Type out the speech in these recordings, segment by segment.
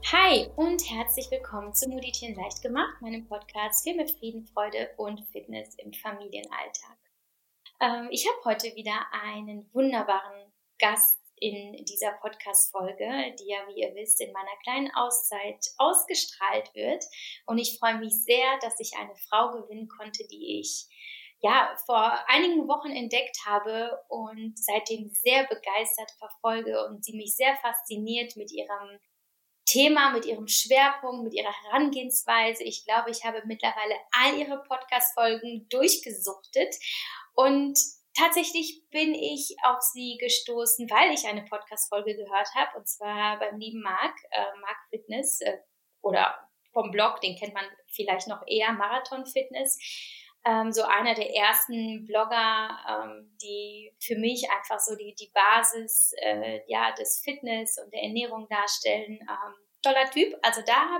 Hi und herzlich willkommen zu Meditieren leicht gemacht, meinem Podcast für mehr Frieden, Freude und Fitness im Familienalltag. Ich habe heute wieder einen wunderbaren Gast in dieser Podcast-Folge, die ja, wie ihr wisst, in meiner kleinen Auszeit ausgestrahlt wird. Und ich freue mich sehr, dass ich eine Frau gewinnen konnte, die ich vor einigen Wochen entdeckt habe und seitdem sehr begeistert verfolge und sie mich sehr fasziniert mit ihrem Thema, mit ihrem Schwerpunkt, mit ihrer Herangehensweise. Ich glaube, ich habe mittlerweile all ihre Podcast-Folgen durchgesuchtet und tatsächlich bin ich auf sie gestoßen, weil ich eine Podcast-Folge gehört habe, und zwar beim lieben Marc Fitness, oder vom Blog, den kennt man vielleicht noch eher, Marathon Fitness. So einer der ersten Blogger, die für mich einfach so die Basis des Fitness und der Ernährung darstellen. Toller Typ. Also da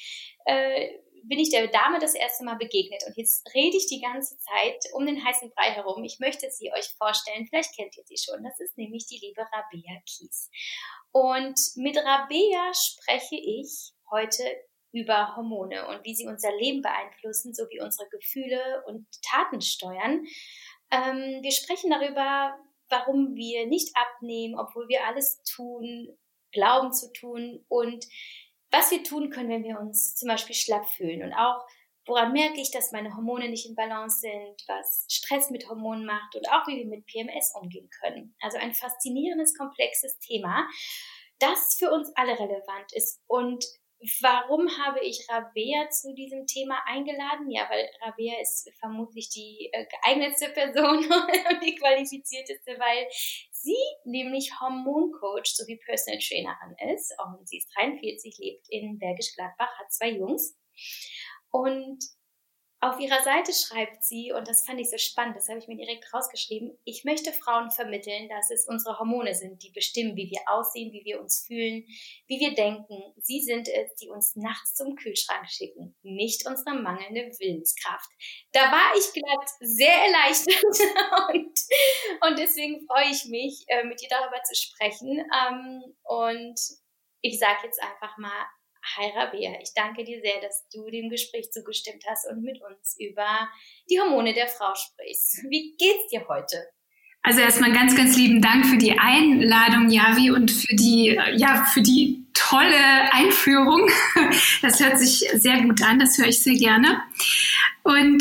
bin ich der Dame das erste Mal begegnet. Und jetzt rede ich die ganze Zeit um den heißen Brei herum. Ich möchte sie euch vorstellen. Vielleicht kennt ihr sie schon. Das ist nämlich die liebe Rabea Kies. Und mit Rabea spreche ich heute über Hormone und wie sie unser Leben beeinflussen, sowie unsere Gefühle und Taten steuern. Wir sprechen darüber, warum wir nicht abnehmen, obwohl wir alles tun, glauben zu tun, und was wir tun können, wenn wir uns zum Beispiel schlapp fühlen, und auch, woran merke ich, dass meine Hormone nicht in Balance sind, was Stress mit Hormonen macht und auch, wie wir mit PMS umgehen können. Also ein faszinierendes, komplexes Thema, das für uns alle relevant ist. Und warum habe ich Rabea zu diesem Thema eingeladen? Ja, weil Rabea ist vermutlich die geeignetste Person und die qualifizierteste, weil sie nämlich Hormoncoach sowie Personal Trainerin ist. Und sie ist 43, lebt in Bergisch Gladbach, hat 2 Jungs. Und auf ihrer Seite schreibt sie, und das fand ich so spannend, das habe ich mir direkt rausgeschrieben: Ich möchte Frauen vermitteln, dass es unsere Hormone sind, die bestimmen, wie wir aussehen, wie wir uns fühlen, wie wir denken. Sie sind es, die uns nachts zum Kühlschrank schicken, nicht unsere mangelnde Willenskraft. Da war ich glatt sehr erleichtert und deswegen freue ich mich, mit dir darüber zu sprechen. Und ich sage jetzt einfach mal: Hi Rabea, ich danke dir sehr, dass du dem Gespräch zugestimmt hast und mit uns über die Hormone der Frau sprichst. Wie geht's dir heute? Also erstmal ganz, ganz lieben Dank für die Einladung, Javi, und für die tolle Einführung. Das hört sich sehr gut an, das höre ich sehr gerne. Und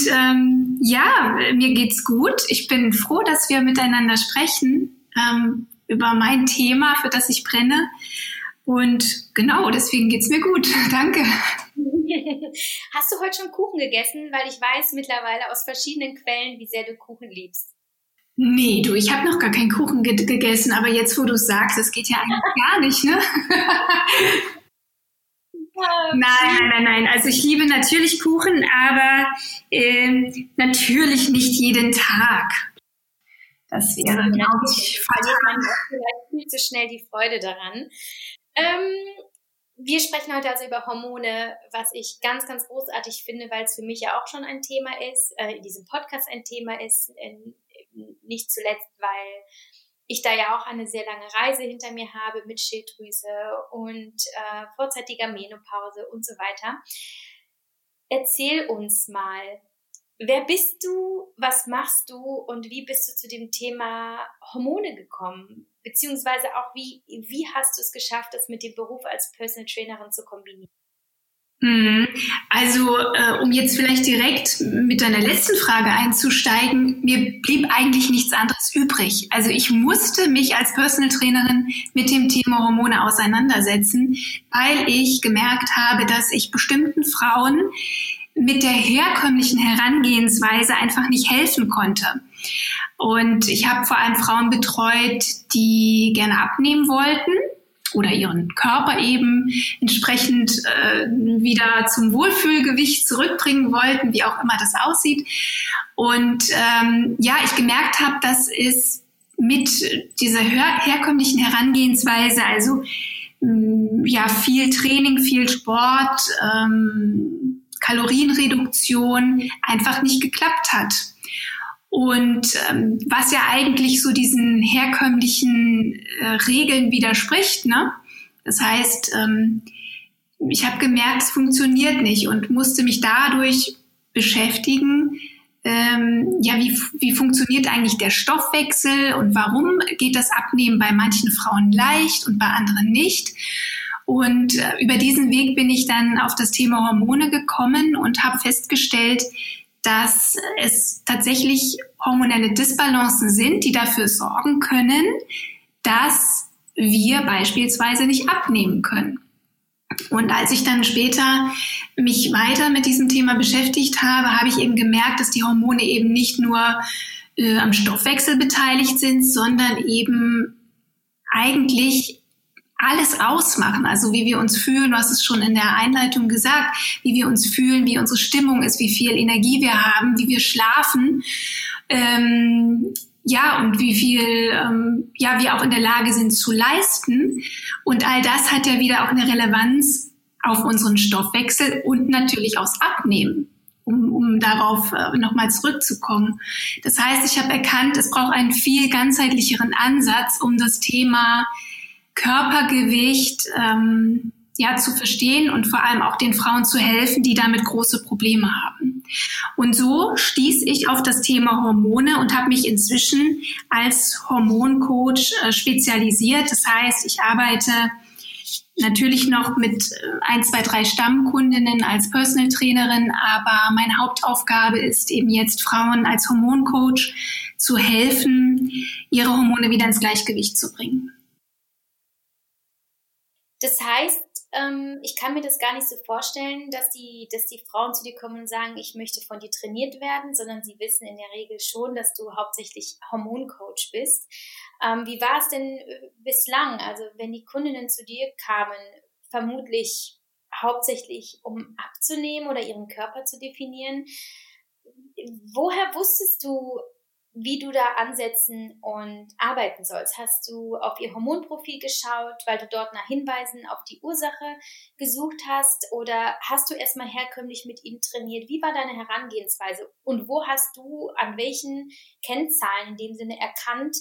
mir geht's gut. Ich bin froh, dass wir miteinander sprechen über mein Thema, für das ich brenne. Und genau, deswegen geht's mir gut. Danke. Hast du heute schon Kuchen gegessen? Weil ich weiß mittlerweile aus verschiedenen Quellen, wie sehr du Kuchen liebst. Nee, ich habe noch gar keinen Kuchen gegessen, aber jetzt, wo du es sagst, das geht ja eigentlich gar nicht, ne? Nein. Also ich liebe natürlich Kuchen, aber natürlich nicht jeden Tag. Das wäre, glaube ich, verliert man vielleicht viel zu schnell die Freude daran. Wir sprechen heute also über Hormone, was ich ganz, ganz großartig finde, weil es für mich ja auch schon ein Thema ist, in diesem Podcast ein Thema ist, nicht zuletzt, weil ich da ja auch eine sehr lange Reise hinter mir habe mit Schilddrüse und vorzeitiger Menopause und so weiter. Erzähl uns mal, wer bist du, was machst du und wie bist du zu dem Thema Hormone gekommen? Beziehungsweise auch, wie hast du es geschafft, das mit dem Beruf als Personal Trainerin zu kombinieren? Also, um jetzt vielleicht direkt mit deiner letzten Frage einzusteigen, mir blieb eigentlich nichts anderes übrig. Also ich musste mich als Personal Trainerin mit dem Thema Hormone auseinandersetzen, weil ich gemerkt habe, dass ich bestimmten Frauen mit der herkömmlichen Herangehensweise einfach nicht helfen konnte. Und ich habe vor allem Frauen betreut, die gerne abnehmen wollten oder ihren Körper eben entsprechend wieder zum Wohlfühlgewicht zurückbringen wollten, wie auch immer das aussieht. Und ich gemerkt habe, dass es mit dieser herkömmlichen Herangehensweise, also viel Training, viel Sport, Kalorienreduktion einfach nicht geklappt hat. Und was ja eigentlich so diesen herkömmlichen Regeln widerspricht, ne? Das heißt, ich habe gemerkt, es funktioniert nicht und musste mich dadurch beschäftigen, wie funktioniert eigentlich der Stoffwechsel und warum geht das Abnehmen bei manchen Frauen leicht und bei anderen nicht. Und über diesen Weg bin ich dann auf das Thema Hormone gekommen und habe festgestellt, dass es tatsächlich hormonelle Disbalancen sind, die dafür sorgen können, dass wir beispielsweise nicht abnehmen können. Und als ich dann später mich weiter mit diesem Thema beschäftigt habe, habe ich eben gemerkt, dass die Hormone eben nicht nur am Stoffwechsel beteiligt sind, sondern eben eigentlich alles ausmachen. Also wie wir uns fühlen, du hast es schon in der Einleitung gesagt, wie wir uns fühlen, wie unsere Stimmung ist, wie viel Energie wir haben, wie wir schlafen. Und wie viel wir auch in der Lage sind zu leisten. Und all das hat ja wieder auch eine Relevanz auf unseren Stoffwechsel und natürlich aufs Abnehmen, um darauf nochmal zurückzukommen. Das heißt, ich habe erkannt, es braucht einen viel ganzheitlicheren Ansatz, um das Thema Körpergewicht zu verstehen und vor allem auch den Frauen zu helfen, die damit große Probleme haben. Und so stieß ich auf das Thema Hormone und habe mich inzwischen als Hormoncoach spezialisiert. Das heißt, ich arbeite natürlich noch mit 1, 2, 3 Stammkundinnen als Personal Trainerin, aber meine Hauptaufgabe ist eben jetzt, Frauen als Hormoncoach zu helfen, ihre Hormone wieder ins Gleichgewicht zu bringen. Das heißt, ich kann mir das gar nicht so vorstellen, dass die Frauen zu dir kommen und sagen, ich möchte von dir trainiert werden, sondern sie wissen in der Regel schon, dass du hauptsächlich Hormoncoach bist. Wie war es denn bislang? Also wenn die Kundinnen zu dir kamen, vermutlich hauptsächlich um abzunehmen oder ihren Körper zu definieren, woher wusstest du, wie du da ansetzen und arbeiten sollst? Hast du auf ihr Hormonprofil geschaut, weil du dort nach Hinweisen auf die Ursache gesucht hast, oder hast du erstmal herkömmlich mit ihnen trainiert? Wie war deine Herangehensweise und wo hast du an welchen Kennzahlen in dem Sinne erkannt,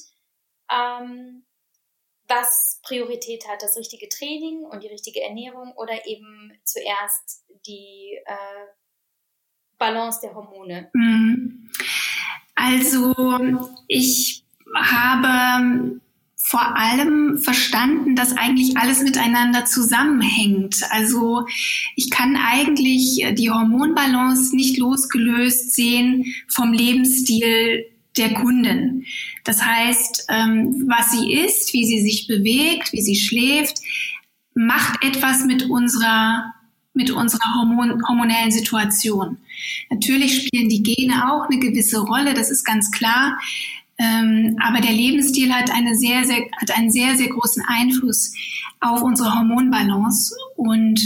was Priorität hat, das richtige Training und die richtige Ernährung oder eben zuerst die Balance der Hormone? Also ich habe vor allem verstanden, dass eigentlich alles miteinander zusammenhängt. Also ich kann eigentlich die Hormonbalance nicht losgelöst sehen vom Lebensstil der Kundin. Das heißt, was sie isst, wie sie sich bewegt, wie sie schläft, macht etwas mit unserer hormonellen Situation. Natürlich spielen die Gene auch eine gewisse Rolle, das ist ganz klar. Aber der Lebensstil hat einen sehr, sehr großen Einfluss auf unsere Hormonbalance. Und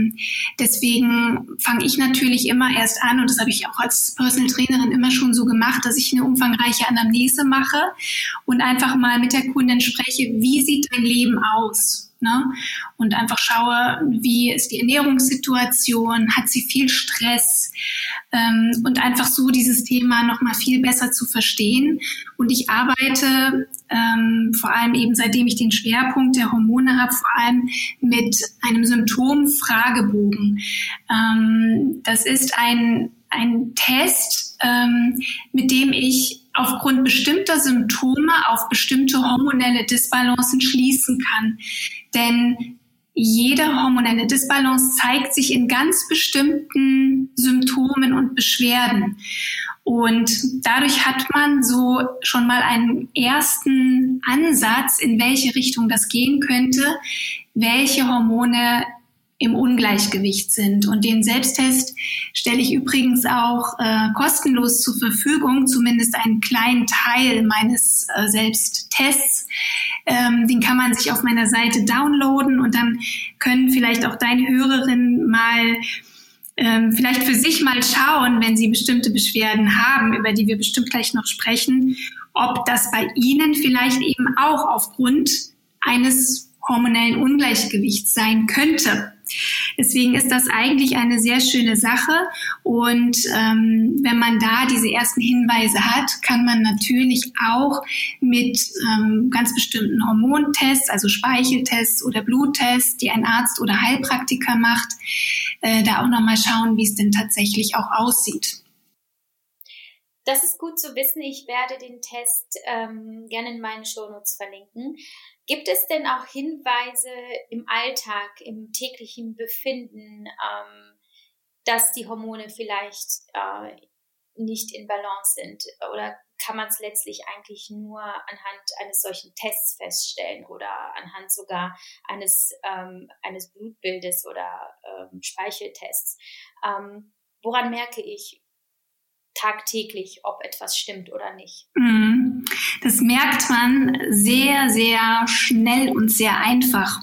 deswegen fange ich natürlich immer erst an, und das habe ich auch als Personal Trainerin immer schon so gemacht, dass ich eine umfangreiche Anamnese mache und einfach mal mit der Kundin spreche, wie sieht dein Leben aus? Ne? Und einfach schaue, wie ist die Ernährungssituation, hat sie viel Stress, und einfach so dieses Thema noch mal viel besser zu verstehen. Und ich arbeite vor allem eben, seitdem ich den Schwerpunkt der Hormone habe, vor allem mit einem Symptomfragebogen. Das ist ein Test, mit dem ich aufgrund bestimmter Symptome auf bestimmte hormonelle Disbalancen schließen kann. Denn jede hormonelle Disbalance zeigt sich in ganz bestimmten Symptomen und Beschwerden. Und dadurch hat man so schon mal einen ersten Ansatz, in welche Richtung das gehen könnte, welche Hormone im Ungleichgewicht sind. Und den Selbsttest stelle ich übrigens auch kostenlos zur Verfügung, zumindest einen kleinen Teil meines Selbsttests. Den kann man sich auf meiner Seite downloaden und dann können vielleicht auch deine Hörerinnen mal vielleicht für sich mal schauen, wenn sie bestimmte Beschwerden haben, über die wir bestimmt gleich noch sprechen, ob das bei ihnen vielleicht eben auch aufgrund eines hormonellen Ungleichgewichts sein könnte. Deswegen ist das eigentlich eine sehr schöne Sache. Und wenn man da diese ersten Hinweise hat, kann man natürlich auch mit ganz bestimmten Hormontests, also Speicheltests oder Bluttests, die ein Arzt oder Heilpraktiker macht, da auch nochmal schauen, wie es denn tatsächlich auch aussieht. Das ist gut zu wissen. Ich werde den Test gerne in meinen Shownotes verlinken. Gibt es denn auch Hinweise im Alltag, im täglichen Befinden, dass die Hormone vielleicht nicht in Balance sind? Oder kann man es letztlich eigentlich nur anhand eines solchen Tests feststellen oder anhand sogar eines Blutbildes oder Speicheltests? Woran merke ich tagtäglich, ob etwas stimmt oder nicht? Das merkt man sehr, sehr schnell und sehr einfach.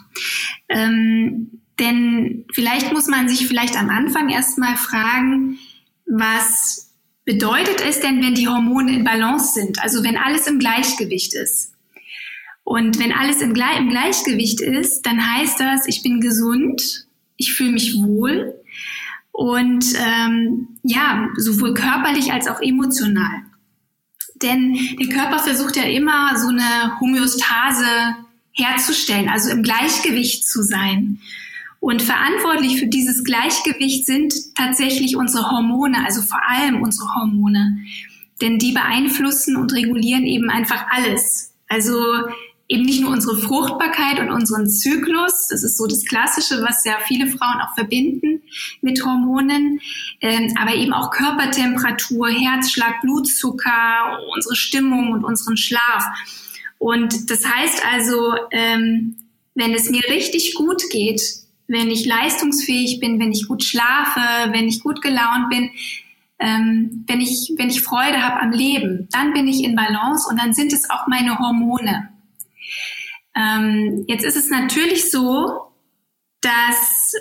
Denn vielleicht muss man sich am Anfang erstmal fragen, was bedeutet es denn, wenn die Hormone in Balance sind? Also wenn alles im Gleichgewicht ist. Und wenn alles im Gleichgewicht ist, dann heißt das, ich bin gesund, ich fühle mich wohl und sowohl körperlich als auch emotional. Denn der Körper versucht ja immer so eine Homöostase herzustellen, also im Gleichgewicht zu sein. Und verantwortlich für dieses Gleichgewicht sind tatsächlich unsere Hormone, also vor allem unsere Hormone. Denn die beeinflussen und regulieren eben einfach alles. Also eben nicht nur unsere Fruchtbarkeit und unseren Zyklus, das ist so das Klassische, was ja viele Frauen auch verbinden mit Hormonen, aber eben auch Körpertemperatur, Herzschlag, Blutzucker, unsere Stimmung und unseren Schlaf. Und das heißt also, wenn es mir richtig gut geht, wenn ich leistungsfähig bin, wenn ich gut schlafe, wenn ich gut gelaunt bin, wenn ich Freude habe am Leben, dann bin ich in Balance und dann sind es auch meine Hormone. Jetzt ist es natürlich so, dass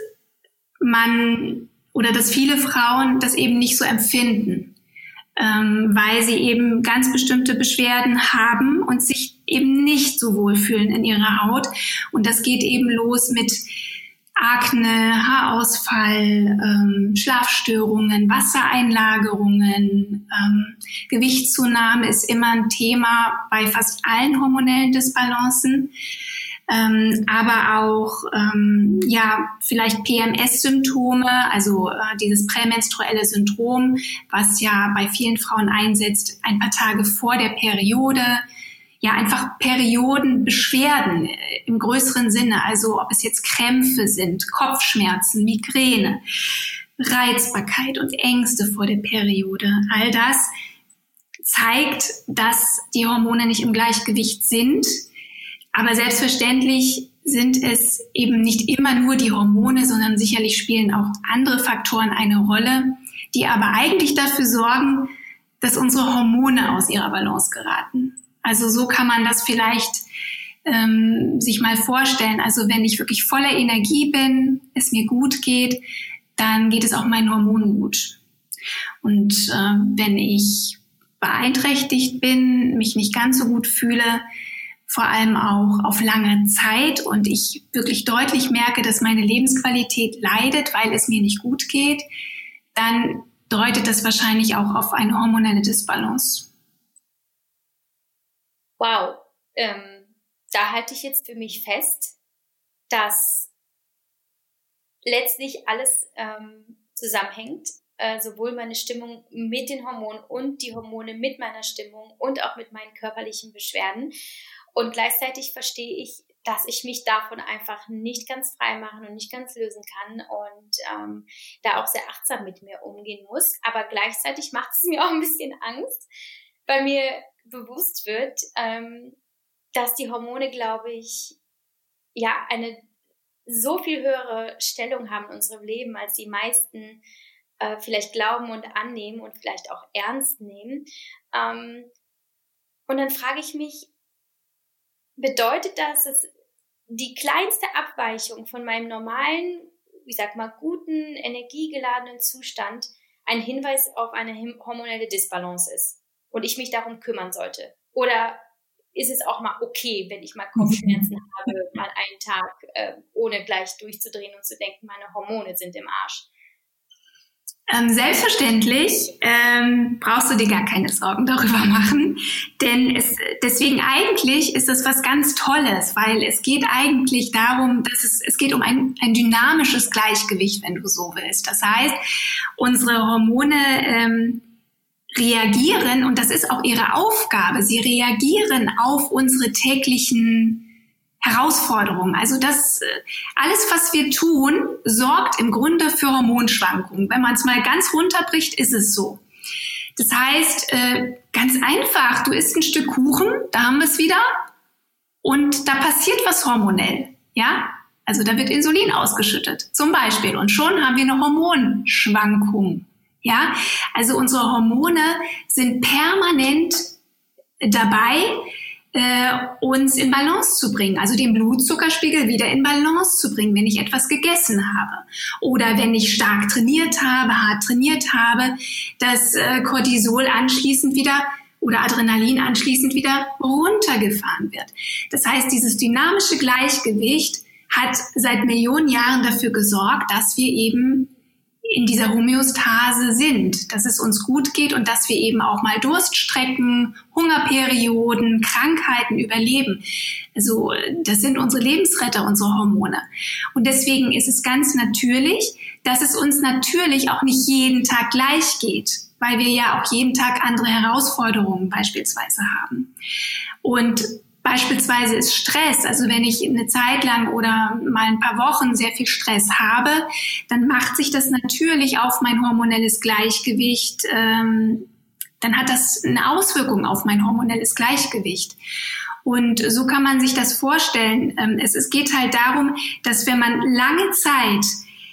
viele Frauen das eben nicht so empfinden, weil sie eben ganz bestimmte Beschwerden haben und sich eben nicht so wohlfühlen in ihrer Haut. Und das geht eben los mit Akne, Haarausfall, Schlafstörungen, Wassereinlagerungen, Gewichtszunahme ist immer ein Thema bei fast allen hormonellen Disbalancen, aber auch vielleicht PMS-Symptome, also dieses prämenstruelle Syndrom, was ja bei vielen Frauen einsetzt, ein paar Tage vor der Periode. Ja, einfach Periodenbeschwerden im größeren Sinne, also ob es jetzt Krämpfe sind, Kopfschmerzen, Migräne, Reizbarkeit und Ängste vor der Periode. All das zeigt, dass die Hormone nicht im Gleichgewicht sind, aber selbstverständlich sind es eben nicht immer nur die Hormone, sondern sicherlich spielen auch andere Faktoren eine Rolle, die aber eigentlich dafür sorgen, dass unsere Hormone aus ihrer Balance geraten. Also so kann man das vielleicht sich mal vorstellen. Also wenn ich wirklich voller Energie bin, es mir gut geht, dann geht es auch meinen Hormonen gut. Und wenn ich beeinträchtigt bin, mich nicht ganz so gut fühle, vor allem auch auf lange Zeit und ich wirklich deutlich merke, dass meine Lebensqualität leidet, weil es mir nicht gut geht, dann deutet das wahrscheinlich auch auf eine hormonelle Disbalance. Wow, da halte ich jetzt für mich fest, dass letztlich alles zusammenhängt, sowohl meine Stimmung mit den Hormonen und die Hormone mit meiner Stimmung und auch mit meinen körperlichen Beschwerden. Und gleichzeitig verstehe ich, dass ich mich davon einfach nicht ganz frei machen und nicht ganz lösen kann und da auch sehr achtsam mit mir umgehen muss. Aber gleichzeitig macht es mir auch ein bisschen Angst, weil mir bewusst wird, dass die Hormone, glaube ich, ja eine so viel höhere Stellung haben in unserem Leben, als die meisten vielleicht glauben und annehmen und vielleicht auch ernst nehmen. Und dann frage ich mich, bedeutet das, dass die kleinste Abweichung von meinem normalen, ich sag mal, guten, energiegeladenen Zustand ein Hinweis auf eine hormonelle Disbalance ist und ich mich darum kümmern sollte? Oder ist es auch mal okay, wenn ich mal Kopfschmerzen habe, mal einen Tag, ohne gleich durchzudrehen und zu denken, meine Hormone sind im Arsch. Selbstverständlich brauchst du dir gar keine Sorgen darüber machen, denn deswegen eigentlich ist das was ganz Tolles, weil es geht eigentlich darum, es geht um ein dynamisches Gleichgewicht, wenn du so willst. Das heißt, unsere Hormone reagieren, und das ist auch ihre Aufgabe, sie reagieren auf unsere täglichen Herausforderungen. Also das alles, was wir tun, sorgt im Grunde für Hormonschwankungen. Wenn man es mal ganz runterbricht, ist es so. Das heißt, ganz einfach, du isst ein Stück Kuchen, da haben wir es wieder, und da passiert was hormonell. Ja? Also da wird Insulin ausgeschüttet, zum Beispiel. Und schon haben wir eine Hormonschwankung. Ja? Also unsere Hormone sind permanent dabei, uns in Balance zu bringen, also den Blutzuckerspiegel wieder in Balance zu bringen, wenn ich etwas gegessen habe oder wenn ich stark trainiert habe, hart trainiert habe, dass Cortisol anschließend wieder oder Adrenalin anschließend wieder runtergefahren wird. Das heißt, dieses dynamische Gleichgewicht hat seit Millionen Jahren dafür gesorgt, dass wir eben in dieser Homöostase sind, dass es uns gut geht und dass wir eben auch mal Durststrecken, Hungerperioden, Krankheiten überleben. Also das sind unsere Lebensretter, unsere Hormone. Und deswegen ist es ganz natürlich, dass es uns natürlich auch nicht jeden Tag gleich geht, weil wir ja auch jeden Tag andere Herausforderungen beispielsweise haben. Und beispielsweise ist Stress, also wenn ich eine Zeit lang oder mal ein paar Wochen sehr viel Stress habe, dann macht sich das natürlich auf mein hormonelles Gleichgewicht, dann hat das eine Auswirkung auf mein hormonelles Gleichgewicht. Und so kann man sich das vorstellen. Es geht halt darum, dass wenn man lange Zeit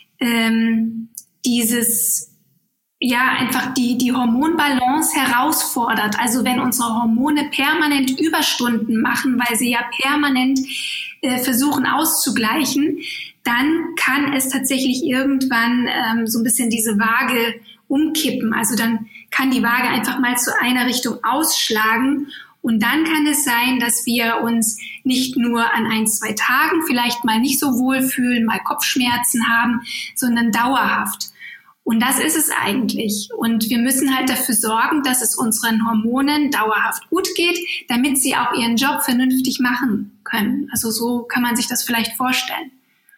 einfach die Hormonbalance herausfordert. Also wenn unsere Hormone permanent Überstunden machen, weil sie ja permanent versuchen auszugleichen, dann kann es tatsächlich irgendwann so ein bisschen diese Waage umkippen. Also dann kann die Waage einfach mal zu einer Richtung ausschlagen. Und dann kann es sein, dass wir uns nicht nur an 1-2 Tagen vielleicht mal nicht so wohl fühlen, mal Kopfschmerzen haben, sondern dauerhaft. Und das ist es eigentlich. Und wir müssen halt dafür sorgen, dass es unseren Hormonen dauerhaft gut geht, damit sie auch ihren Job vernünftig machen können. Also so kann man sich das vielleicht vorstellen.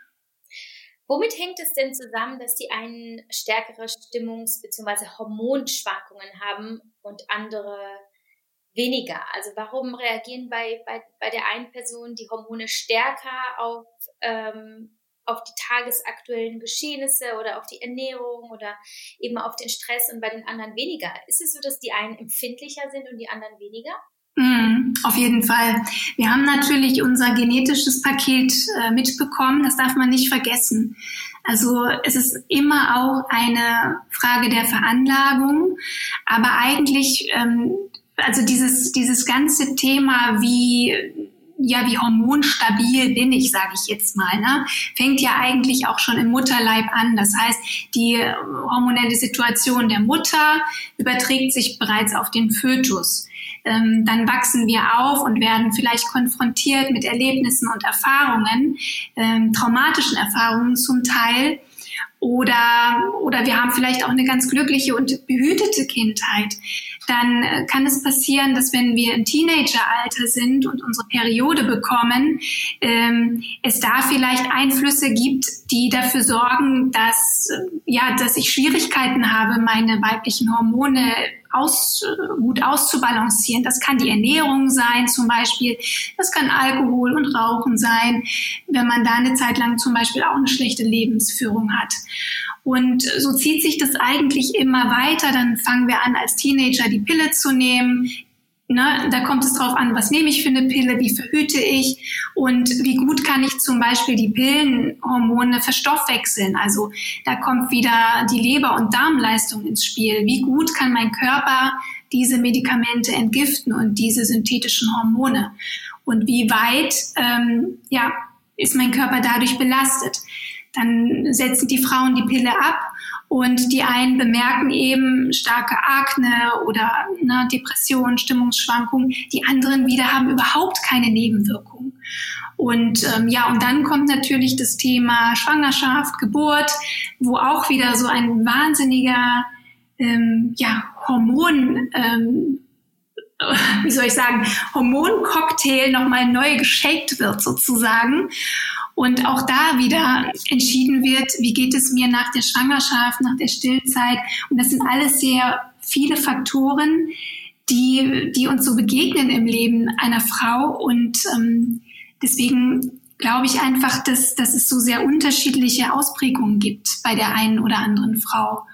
Womit hängt es denn zusammen, dass die einen stärkere Stimmungs- bzw. Hormonschwankungen haben und andere weniger? Also warum reagieren bei der einen Person die Hormone stärker auf die tagesaktuellen Geschehnisse oder auf die Ernährung oder eben auf den Stress und bei den anderen weniger? Ist es so, dass die einen empfindlicher sind und die anderen weniger? Auf jeden Fall. Wir haben natürlich unser genetisches Paket mitbekommen, das darf man nicht vergessen. Also es ist immer auch eine Frage der Veranlagung, aber eigentlich, also dieses ganze Thema, wie hormonstabil bin ich, sage ich jetzt mal, ne? Fängt ja eigentlich auch schon im Mutterleib an. Das heißt, die hormonelle Situation der Mutter überträgt sich bereits auf den Fötus. Dann wachsen wir auf und werden vielleicht konfrontiert mit Erlebnissen und Erfahrungen, traumatischen Erfahrungen zum Teil. Oder wir haben vielleicht auch eine ganz glückliche und behütete Kindheit. Dann kann es passieren, dass wenn wir im Teenageralter sind und unsere Periode bekommen, es da vielleicht Einflüsse gibt, die dafür sorgen, dass ich Schwierigkeiten habe, meine weiblichen Hormone gut auszubalancieren. Das kann die Ernährung sein zum Beispiel, das kann Alkohol und Rauchen sein, wenn man da eine Zeit lang zum Beispiel auch eine schlechte Lebensführung hat. Und so zieht sich das eigentlich immer weiter. Dann fangen wir an, als Teenager die Pille zu nehmen. Ne, da kommt es drauf an, was nehme ich für eine Pille, wie verhüte ich und wie gut kann ich zum Beispiel die Pillenhormone verstoffwechseln. Also da kommt wieder die Leber- und Darmleistung ins Spiel. Wie gut kann mein Körper diese Medikamente entgiften und diese synthetischen Hormone? Und wie weit ist mein Körper dadurch belastet? Dann setzen die Frauen die Pille ab Und die einen bemerken eben starke Akne oder Depressionen, Stimmungsschwankungen. Die anderen wieder haben überhaupt keine Nebenwirkungen. Und und dann kommt natürlich das Thema Schwangerschaft, Geburt, wo auch wieder so ein wahnsinniger Hormoncocktail nochmal neu geshakt wird sozusagen. Und auch da wieder entschieden wird, wie geht es mir nach der Schwangerschaft, nach der Stillzeit. Und das sind alles sehr viele Faktoren, die uns so begegnen im Leben einer Frau. Und deswegen glaube ich einfach, dass es so sehr unterschiedliche Ausprägungen gibt bei der einen oder anderen Frau.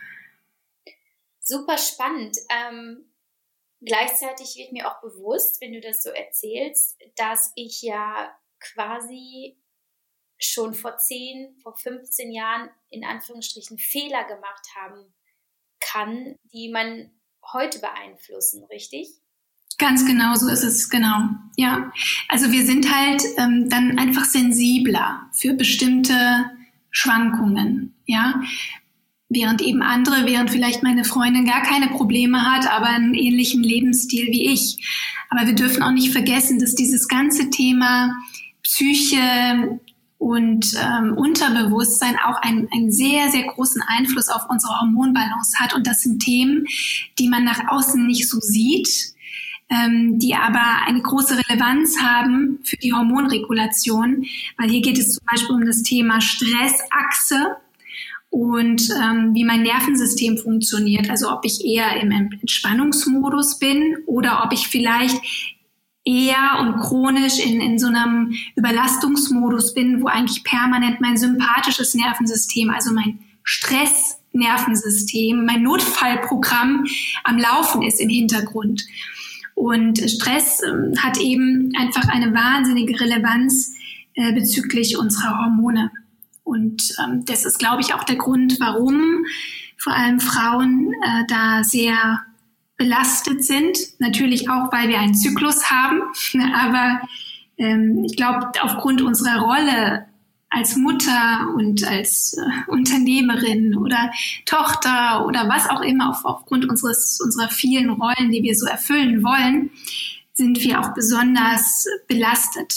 Super spannend. Gleichzeitig wird mir auch bewusst, wenn du das so erzählst, dass ich ja quasi schon vor 15 Jahren in Anführungsstrichen Fehler gemacht haben kann, die man heute beeinflussen, richtig? Ganz genau, so ist es, genau. Ja, also wir sind halt dann einfach sensibler für bestimmte Schwankungen, ja. Während vielleicht meine Freundin gar keine Probleme hat, aber einen ähnlichen Lebensstil wie ich. Aber wir dürfen auch nicht vergessen, dass dieses ganze Thema Psyche und Unterbewusstsein auch einen sehr, sehr großen Einfluss auf unsere Hormonbalance hat. Und das sind Themen, die man nach außen nicht so sieht, die aber eine große Relevanz haben für die Hormonregulation, weil hier geht es zum Beispiel um das Thema Stressachse und wie mein Nervensystem funktioniert. Also ob ich eher im Entspannungsmodus bin oder ob ich vielleicht eher und chronisch in so einem Überlastungsmodus bin, wo eigentlich permanent mein sympathisches Nervensystem, also mein Stressnervensystem, mein Notfallprogramm am Laufen ist im Hintergrund. Und Stress hat eben einfach eine wahnsinnige Relevanz bezüglich unserer Hormone. Und das ist, glaube ich, auch der Grund, warum vor allem Frauen da sehr belastet sind. Natürlich auch, weil wir einen Zyklus haben. Aber ich glaube, aufgrund unserer Rolle als Mutter und als Unternehmerin oder Tochter oder was auch immer, aufgrund unserer vielen Rollen, die wir so erfüllen wollen, sind wir auch besonders belastet.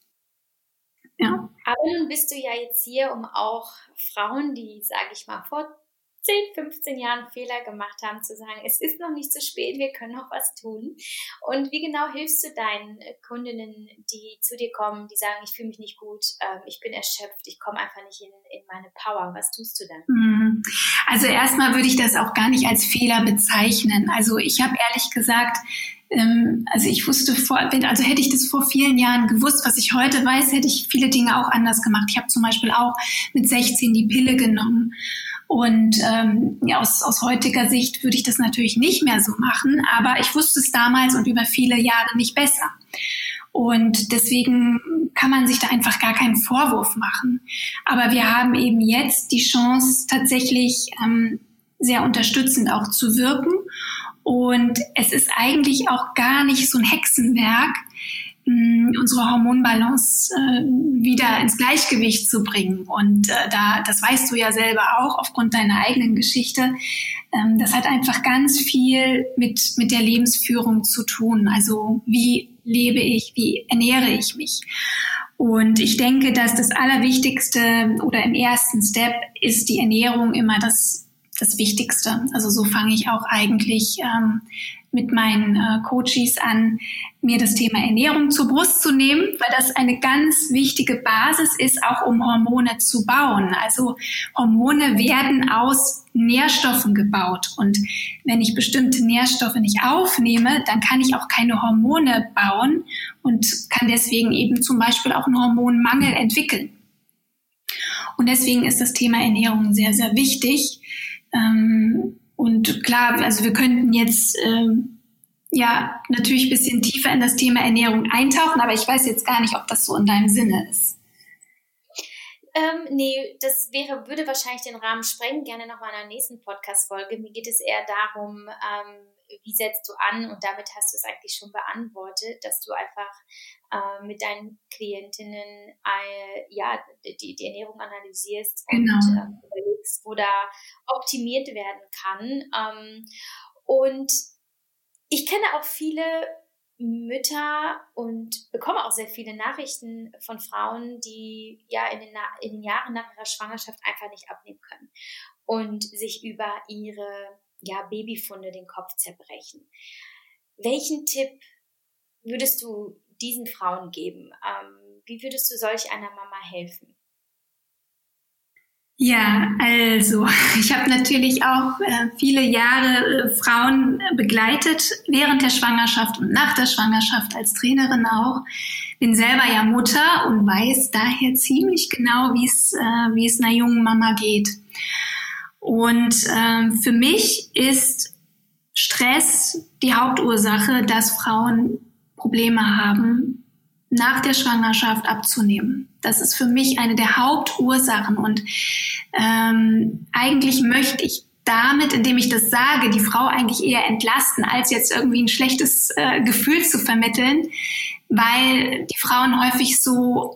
Ja. Aber nun bist du ja jetzt hier, um auch Frauen, die, sage ich mal, vor 10, 15 Jahren Fehler gemacht haben, zu sagen, es ist noch nicht zu spät, wir können noch was tun. Und wie genau hilfst du deinen Kundinnen, die zu dir kommen, die sagen, ich fühle mich nicht gut, ich bin erschöpft, ich komme einfach nicht in meine Power. Was tust du dann? Also erstmal würde ich das auch gar nicht als Fehler bezeichnen. Also ich habe ehrlich gesagt, ich wusste hätte ich das vor vielen Jahren gewusst, was ich heute weiß, hätte ich viele Dinge auch anders gemacht. Ich habe zum Beispiel auch mit 16 die Pille genommen. Und aus heutiger Sicht würde ich das natürlich nicht mehr so machen, aber ich wusste es damals und über viele Jahre nicht besser. Und deswegen kann man sich da einfach gar keinen Vorwurf machen. Aber wir haben eben jetzt die Chance, tatsächlich sehr unterstützend auch zu wirken. Und es ist eigentlich auch gar nicht so ein Hexenwerk, unsere Hormonbalance wieder ins Gleichgewicht zu bringen. Und das weißt du ja selber auch aufgrund deiner eigenen Geschichte. Das hat einfach ganz viel mit der Lebensführung zu tun. Also wie lebe ich, wie ernähre ich mich? Und ich denke, dass das Allerwichtigste oder im ersten Step ist die Ernährung immer das Wichtigste. Also so fange ich auch eigentlich mit meinen Coaches an, mir das Thema Ernährung zur Brust zu nehmen, weil das eine ganz wichtige Basis ist, auch um Hormone zu bauen. Also Hormone werden aus Nährstoffen gebaut. Und wenn ich bestimmte Nährstoffe nicht aufnehme, dann kann ich auch keine Hormone bauen und kann deswegen eben zum Beispiel auch einen Hormonmangel entwickeln. Und deswegen ist das Thema Ernährung sehr, sehr wichtig. Und klar, also wir könnten jetzt natürlich ein bisschen tiefer in das Thema Ernährung eintauchen, aber ich weiß jetzt gar nicht, ob das so in deinem Sinne ist. Nee, das würde wahrscheinlich den Rahmen sprengen, gerne nochmal in einer nächsten Podcast-Folge. Mir geht es eher darum, wie setzt du an, und damit hast du es eigentlich schon beantwortet, dass du einfach mit deinen Klientinnen die Ernährung analysierst und überlegst, wo da optimiert werden kann. Und ich kenne auch viele Mütter und bekomme auch sehr viele Nachrichten von Frauen, die ja in den Jahren nach ihrer Schwangerschaft einfach nicht abnehmen können und sich über ihre Babyfunde den Kopf zerbrechen. Welchen Tipp würdest du diesen Frauen geben? Wie würdest du solch einer Mama helfen? Ja, also ich habe natürlich auch viele Jahre Frauen begleitet, während der Schwangerschaft und nach der Schwangerschaft als Trainerin auch. Bin selber ja Mutter und weiß daher ziemlich genau, wie es einer jungen Mama geht. Und für mich ist Stress die Hauptursache, dass Frauen Probleme haben, nach der Schwangerschaft abzunehmen. Das ist für mich eine der Hauptursachen, und eigentlich möchte ich damit, indem ich das sage, die Frau eigentlich eher entlasten, als jetzt irgendwie ein schlechtes Gefühl zu vermitteln, weil die Frauen häufig so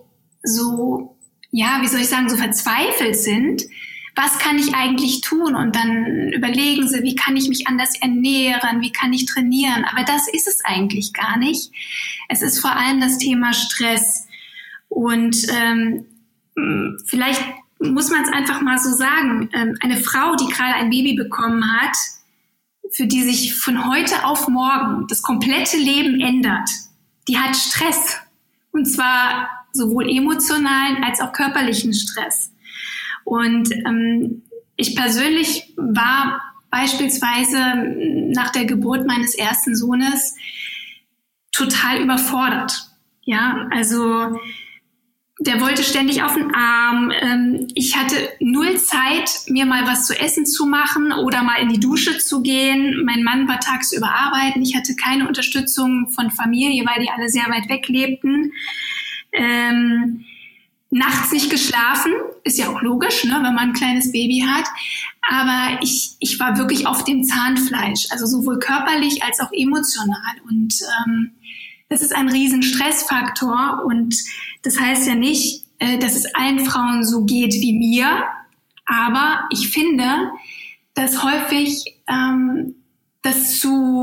verzweifelt sind. Was kann ich eigentlich tun? Und dann überlegen sie, wie kann ich mich anders ernähren? Wie kann ich trainieren? Aber das ist es eigentlich gar nicht. Es ist vor allem das Thema Stress. Und vielleicht muss man es einfach mal so sagen. Eine Frau, die gerade ein Baby bekommen hat, für die sich von heute auf morgen das komplette Leben ändert, die hat Stress. Und zwar sowohl emotionalen als auch körperlichen Stress. Und ich persönlich war beispielsweise nach der Geburt meines ersten Sohnes total überfordert. Ja, also der wollte ständig auf den Arm. Ich hatte null Zeit, mir mal was zu essen zu machen oder mal in die Dusche zu gehen. Mein Mann war tagsüber arbeiten. Ich hatte keine Unterstützung von Familie, weil die alle sehr weit weg lebten. Nachts nicht geschlafen, ist ja auch logisch, ne, wenn man ein kleines Baby hat. Aber ich war wirklich auf dem Zahnfleisch, also sowohl körperlich als auch emotional. Und das ist ein riesen Stressfaktor. Und das heißt ja nicht, dass es allen Frauen so geht wie mir. Aber ich finde, dass häufig das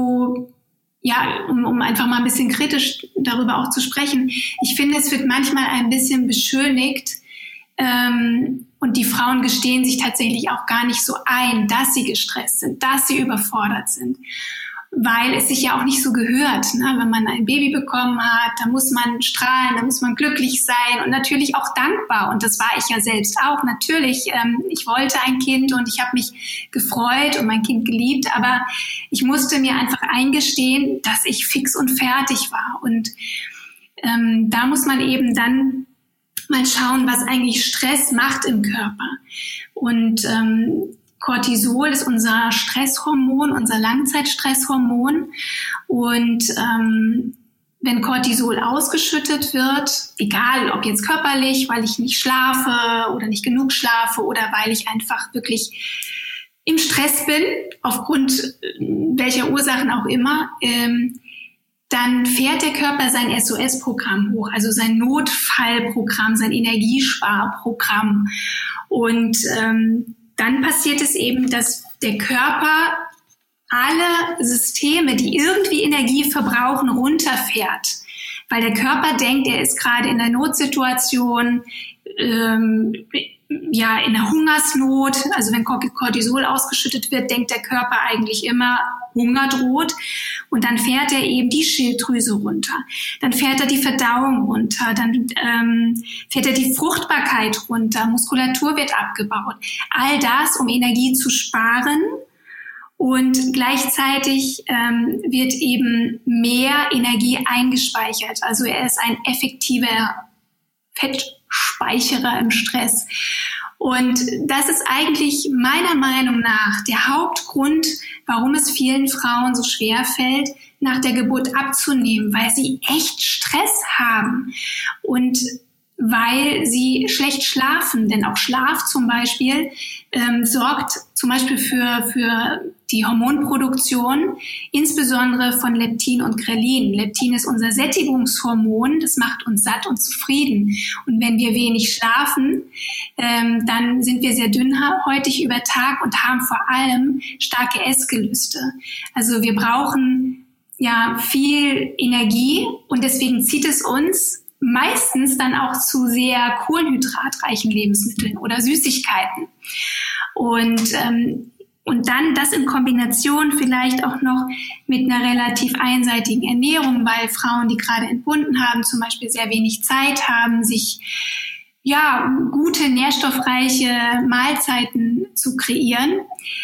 um einfach mal ein bisschen kritisch darüber auch zu sprechen. Ich finde, es wird manchmal ein bisschen beschönigt, und die Frauen gestehen sich tatsächlich auch gar nicht so ein, dass sie gestresst sind, dass sie überfordert sind, weil es sich ja auch nicht so gehört. Ne? Wenn man ein Baby bekommen hat, dann muss man strahlen, dann muss man glücklich sein und natürlich auch dankbar. Und das war ich ja selbst auch. Natürlich, ich wollte ein Kind und ich habe mich gefreut und mein Kind geliebt, aber ich musste mir einfach eingestehen, dass ich fix und fertig war. Und da muss man eben dann mal schauen, was eigentlich Stress macht im Körper. Und Cortisol ist unser Stresshormon, unser Langzeitstresshormon. Und wenn Cortisol ausgeschüttet wird, egal ob jetzt körperlich, weil ich nicht schlafe oder nicht genug schlafe oder weil ich einfach wirklich im Stress bin, aufgrund welcher Ursachen auch immer, dann fährt der Körper sein SOS-Programm hoch, also sein Notfallprogramm, sein Energiesparprogramm. Und dann passiert es eben, dass der Körper alle Systeme, die irgendwie Energie verbrauchen, runterfährt. Weil der Körper denkt, er ist gerade in der Notsituation, in der Hungersnot. Also wenn Cortisol ausgeschüttet wird, denkt der Körper eigentlich immer, Hunger droht. Und dann fährt er eben die Schilddrüse runter. Dann fährt er die Verdauung runter. Dann fährt er die Fruchtbarkeit runter. Muskulatur wird abgebaut. All das, um Energie zu sparen. Und gleichzeitig wird eben mehr Energie eingespeichert. Also er ist ein effektiver Fettspeicherer im Stress. Und das ist eigentlich meiner Meinung nach der Hauptgrund, warum es vielen Frauen so schwer fällt, nach der Geburt abzunehmen, weil sie echt Stress haben. Und weil sie schlecht schlafen. Denn auch Schlaf zum Beispiel sorgt zum Beispiel für die Hormonproduktion, insbesondere von Leptin und Grelin. Leptin ist unser Sättigungshormon, das macht uns satt und zufrieden. Und wenn wir wenig schlafen, dann sind wir sehr dünnhäutig über Tag und haben vor allem starke Essgelüste. Also wir brauchen ja viel Energie und deswegen zieht es uns meistens dann auch zu sehr kohlenhydratreichen Lebensmitteln oder Süßigkeiten. Und dann das in Kombination vielleicht auch noch mit einer relativ einseitigen Ernährung, weil Frauen, die gerade entbunden haben, zum Beispiel sehr wenig Zeit haben, sich gute, nährstoffreiche Mahlzeiten zu kreieren.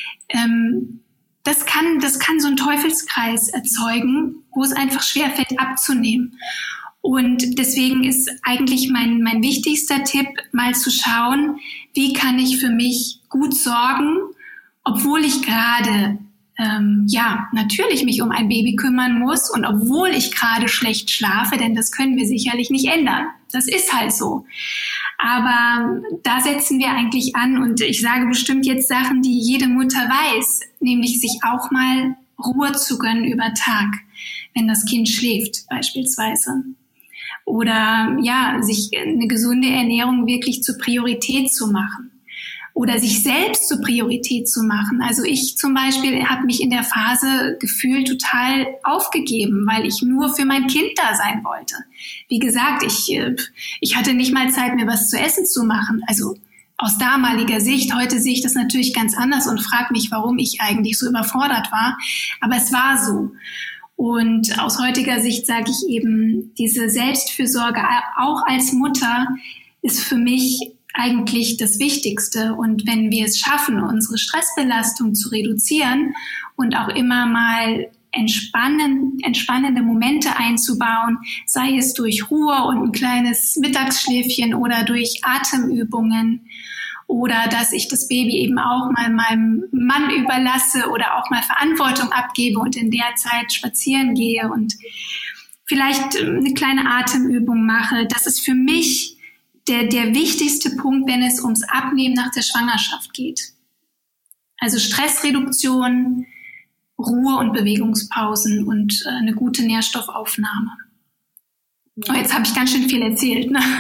Das kann so einen Teufelskreis erzeugen, wo es einfach schwerfällt abzunehmen. Und deswegen ist eigentlich mein wichtigster Tipp, mal zu schauen, wie kann ich für mich gut sorgen, obwohl ich gerade natürlich mich um ein Baby kümmern muss und obwohl ich gerade schlecht schlafe, denn das können wir sicherlich nicht ändern. Das ist halt so. Aber da setzen wir eigentlich an und ich sage bestimmt jetzt Sachen, die jede Mutter weiß, nämlich sich auch mal Ruhe zu gönnen über Tag, wenn das Kind schläft beispielsweise. Oder sich eine gesunde Ernährung wirklich zur Priorität zu machen. Oder sich selbst zur Priorität zu machen. Also ich zum Beispiel habe mich in der Phase gefühlt total aufgegeben, weil ich nur für mein Kind da sein wollte. Wie gesagt, ich hatte nicht mal Zeit, mir was zu essen zu machen. Also aus damaliger Sicht, heute sehe ich das natürlich ganz anders und frage mich, warum ich eigentlich so überfordert war. Aber es war so. Und aus heutiger Sicht sage ich eben, diese Selbstfürsorge auch als Mutter ist für mich eigentlich das Wichtigste. Und wenn wir es schaffen, unsere Stressbelastung zu reduzieren und auch immer mal entspannende Momente einzubauen, sei es durch Ruhe und ein kleines Mittagsschläfchen oder durch Atemübungen oder dass ich das Baby eben auch mal meinem Mann überlasse oder auch mal Verantwortung abgebe und in der Zeit spazieren gehe und vielleicht eine kleine Atemübung mache. Das ist für mich der wichtigste Punkt, wenn es ums Abnehmen nach der Schwangerschaft geht. Also Stressreduktion, Ruhe und Bewegungspausen und eine gute Nährstoffaufnahme. Oh, jetzt habe ich ganz schön viel erzählt, ne?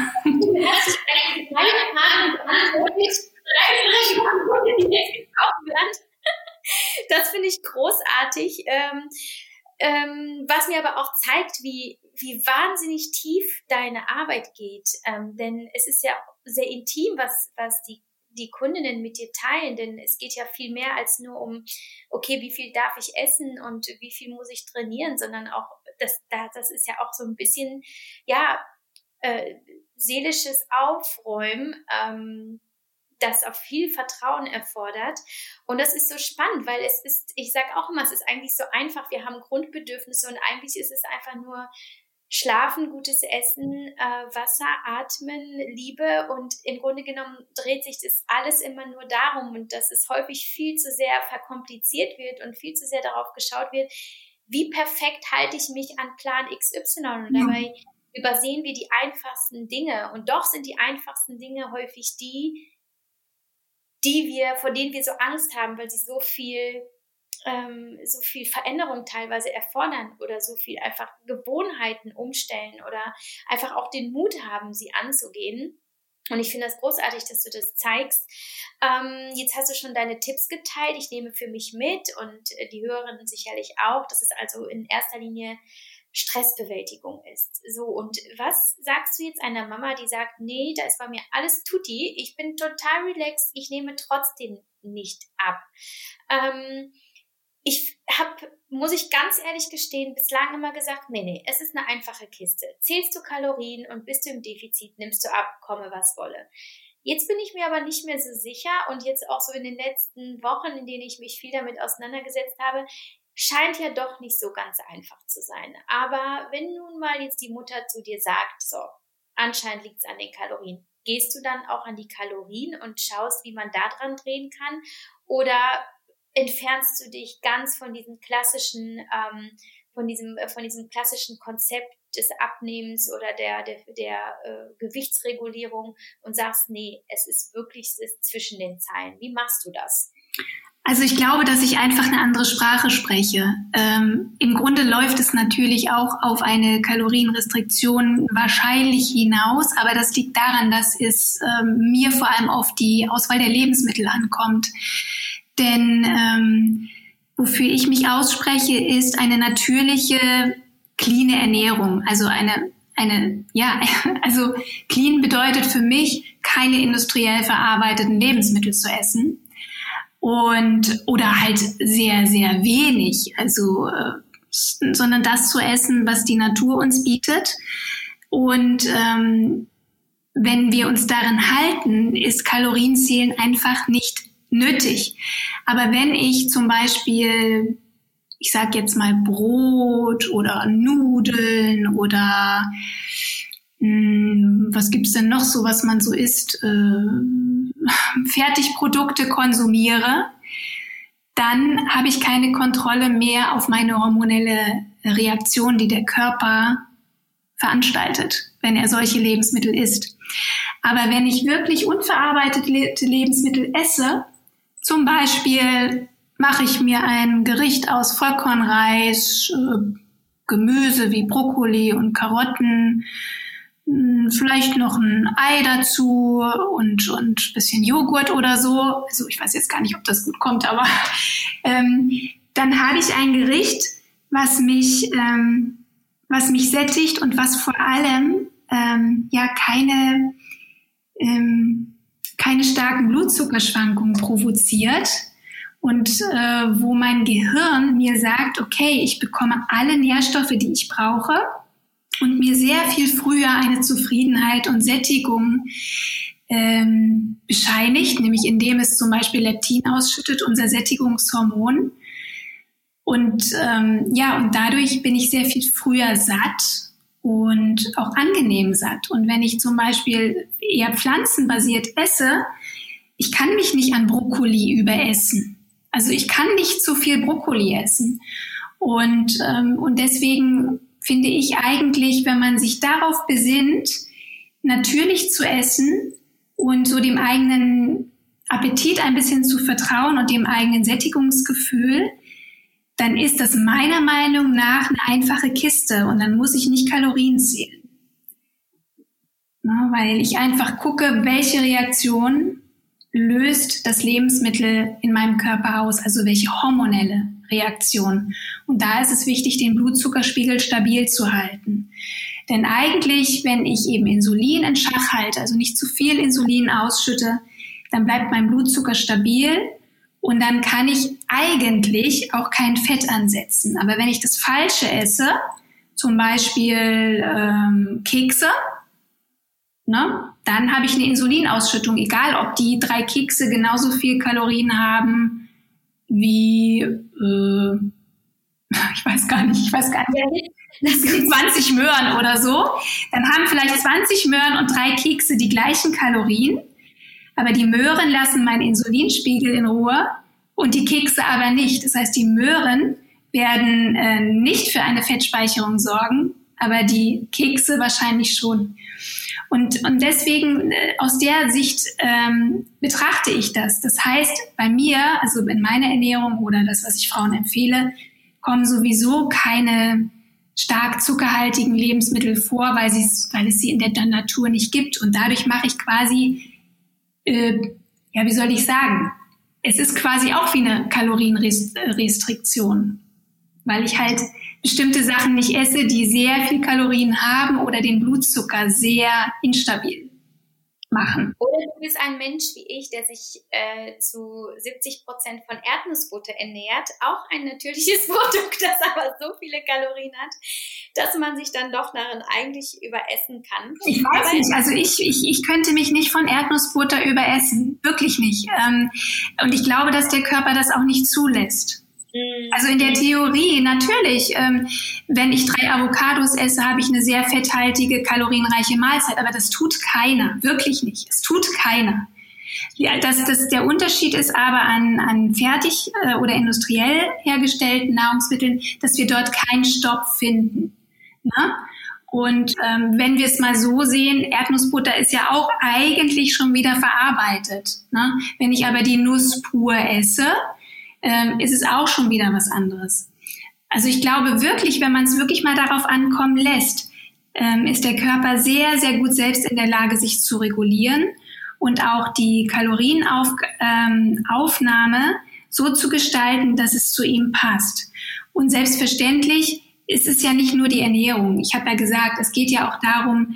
Das finde ich großartig, was mir aber auch zeigt, wie wahnsinnig tief deine Arbeit geht, denn es ist ja sehr intim, was die Kundinnen mit dir teilen, denn es geht ja viel mehr als nur um, okay, wie viel darf ich essen und wie viel muss ich trainieren, sondern auch, das ist ja auch so ein bisschen, seelisches Aufräumen, das auch viel Vertrauen erfordert. Und das ist so spannend, weil ich sage auch immer, es ist eigentlich so einfach, wir haben Grundbedürfnisse und eigentlich ist es einfach nur Schlafen, gutes Essen, Wasser, Atmen, Liebe und im Grunde genommen dreht sich das alles immer nur darum und dass es häufig viel zu sehr verkompliziert wird und viel zu sehr darauf geschaut wird, wie perfekt halte ich mich an Plan XY und dabei übersehen wir die einfachsten Dinge und doch sind die einfachsten Dinge häufig vor denen wir so Angst haben, weil sie so viel Veränderung teilweise erfordern oder so viel einfach Gewohnheiten umstellen oder einfach auch den Mut haben, sie anzugehen. Und ich finde das großartig, dass du das zeigst. Jetzt hast du schon deine Tipps geteilt. Ich nehme für mich mit und die Hörerinnen sicherlich auch, dass es also in erster Linie Stressbewältigung ist. So, und was sagst du jetzt einer Mama, die sagt, nee, da ist bei mir alles tutti, ich bin total relaxed, ich nehme trotzdem nicht ab. Muss ich ganz ehrlich gestehen, bislang immer gesagt, nee, es ist eine einfache Kiste. Zählst du Kalorien und bist du im Defizit, nimmst du ab, komme was wolle. Jetzt bin ich mir aber nicht mehr so sicher und jetzt auch so in den letzten Wochen, in denen ich mich viel damit auseinandergesetzt habe, scheint ja doch nicht so ganz einfach zu sein. Aber wenn nun mal jetzt die Mutter zu dir sagt, so, anscheinend liegt es an den Kalorien, gehst du dann auch an die Kalorien und schaust, wie man da dran drehen kann? Oder entfernst du dich ganz von diesem klassischen, von diesem klassischen Konzept, des Abnehmens oder der Gewichtsregulierung und sagst, nee, es ist wirklich zwischen den Zeilen. Wie machst du das? Also ich glaube, dass ich einfach eine andere Sprache spreche. Im Grunde läuft es natürlich auch auf eine Kalorienrestriktion wahrscheinlich hinaus, aber das liegt daran, dass es mir vor allem auf die Auswahl der Lebensmittel ankommt. Denn wofür ich mich ausspreche, ist eine natürliche, cleane Ernährung. Also also clean bedeutet für mich, keine industriell verarbeiteten Lebensmittel zu essen. Oder halt sehr, sehr wenig, sondern das zu essen, was die Natur uns bietet. Und wenn wir uns darin halten, ist Kalorienzählen einfach nicht nötig. Aber wenn ich zum Beispiel, ich sag jetzt mal Brot oder Nudeln oder was gibt's denn noch so, was man so isst, Fertigprodukte konsumiere, dann habe ich keine Kontrolle mehr auf meine hormonelle Reaktion, die der Körper veranstaltet, wenn er solche Lebensmittel isst. Aber wenn ich wirklich unverarbeitete Lebensmittel esse, zum Beispiel mache ich mir ein Gericht aus Vollkornreis, Gemüse wie Brokkoli und Karotten, vielleicht noch ein Ei dazu und ein bisschen Joghurt oder so. Also ich weiß jetzt gar nicht, ob das gut kommt, aber dann habe ich ein Gericht, was mich sättigt und was vor allem keine starken Blutzuckerschwankungen provoziert und wo mein Gehirn mir sagt, okay, ich bekomme alle Nährstoffe, die ich brauche, und mir sehr viel früher eine Zufriedenheit und Sättigung bescheinigt, nämlich indem es zum Beispiel Leptin ausschüttet, unser Sättigungshormon. Und dadurch bin ich sehr viel früher satt und auch angenehm satt. Und wenn ich zum Beispiel eher pflanzenbasiert esse, ich kann mich nicht an Brokkoli überessen. Also ich kann nicht zu viel Brokkoli essen. Und deswegen finde ich eigentlich, wenn man sich darauf besinnt, natürlich zu essen und so dem eigenen Appetit ein bisschen zu vertrauen und dem eigenen Sättigungsgefühl, dann ist das meiner Meinung nach eine einfache Kiste und dann muss ich nicht Kalorien zählen. Na, weil ich einfach gucke, welche Reaktion löst das Lebensmittel in meinem Körper aus, also welche hormonelle Reaktion. Und da ist es wichtig, den Blutzuckerspiegel stabil zu halten. Denn eigentlich, wenn ich eben Insulin in Schach halte, also nicht zu viel Insulin ausschütte, dann bleibt mein Blutzucker stabil und dann kann ich eigentlich auch kein Fett ansetzen. Aber wenn ich das Falsche esse, zum Beispiel Kekse, dann habe ich eine Insulinausschüttung, egal ob die 3 Kekse genauso viel Kalorien haben wie, ich weiß gar nicht, 20 Möhren oder so. Dann haben vielleicht 20 Möhren und 3 Kekse die gleichen Kalorien, aber die Möhren lassen meinen Insulinspiegel in Ruhe und die Kekse aber nicht. Das heißt, die Möhren werden nicht für eine Fettspeicherung sorgen, aber die Kekse wahrscheinlich schon. Und deswegen aus der Sicht betrachte ich das. Das heißt, bei mir, also in meiner Ernährung oder das, was ich Frauen empfehle, kommen sowieso keine stark zuckerhaltigen Lebensmittel vor, weil es sie in der Natur nicht gibt. Und dadurch mache ich quasi, wie soll ich sagen, es ist quasi auch wie eine Kalorienrestriktion, weil ich halt bestimmte Sachen nicht esse, die sehr viel Kalorien haben oder den Blutzucker sehr instabil machen. Oder du bist ein Mensch wie ich, der sich zu 70% von Erdnussbutter ernährt. Auch ein natürliches Produkt, das aber so viele Kalorien hat, dass man sich dann doch darin eigentlich überessen kann. Ich weiß nicht, also ich könnte mich nicht von Erdnussbutter überessen. Wirklich nicht. Und ich glaube, dass der Körper das auch nicht zulässt. Also in der Theorie, natürlich, wenn ich 3 Avocados esse, habe ich eine sehr fetthaltige, kalorienreiche Mahlzeit, aber das tut keiner, wirklich nicht. Es tut keiner. Ja, der Unterschied ist aber an fertig oder industriell hergestellten Nahrungsmitteln, dass wir dort keinen Stopp finden. Ne? Und wenn wir es mal so sehen, Erdnussbutter ist ja auch eigentlich schon wieder verarbeitet. Ne? Wenn ich aber die Nuss pur esse, ist es auch schon wieder was anderes. Also ich glaube wirklich, wenn man es wirklich mal darauf ankommen lässt, ist der Körper sehr, sehr gut selbst in der Lage, sich zu regulieren und auch die Kalorienaufnahme so zu gestalten, dass es zu ihm passt. Und selbstverständlich ist es ja nicht nur die Ernährung. Ich habe ja gesagt, es geht ja auch darum,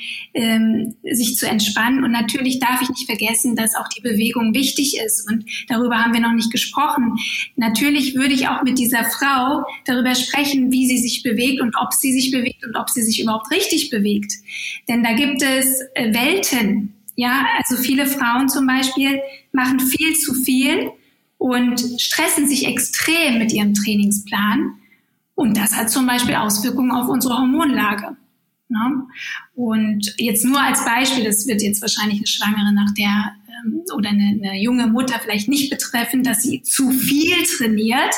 sich zu entspannen. Und natürlich darf ich nicht vergessen, dass auch die Bewegung wichtig ist. Und darüber haben wir noch nicht gesprochen. Natürlich würde ich auch mit dieser Frau darüber sprechen, wie sie sich bewegt und ob sie sich bewegt und ob sie sich überhaupt richtig bewegt. Denn da gibt es Welten. Ja, also viele Frauen zum Beispiel machen viel zu viel und stressen sich extrem mit ihrem Trainingsplan. Und das hat zum Beispiel Auswirkungen auf unsere Hormonlage. Ne? Und jetzt nur als Beispiel, das wird jetzt wahrscheinlich eine Schwangere oder eine junge Mutter vielleicht nicht betreffen, dass sie zu viel trainiert.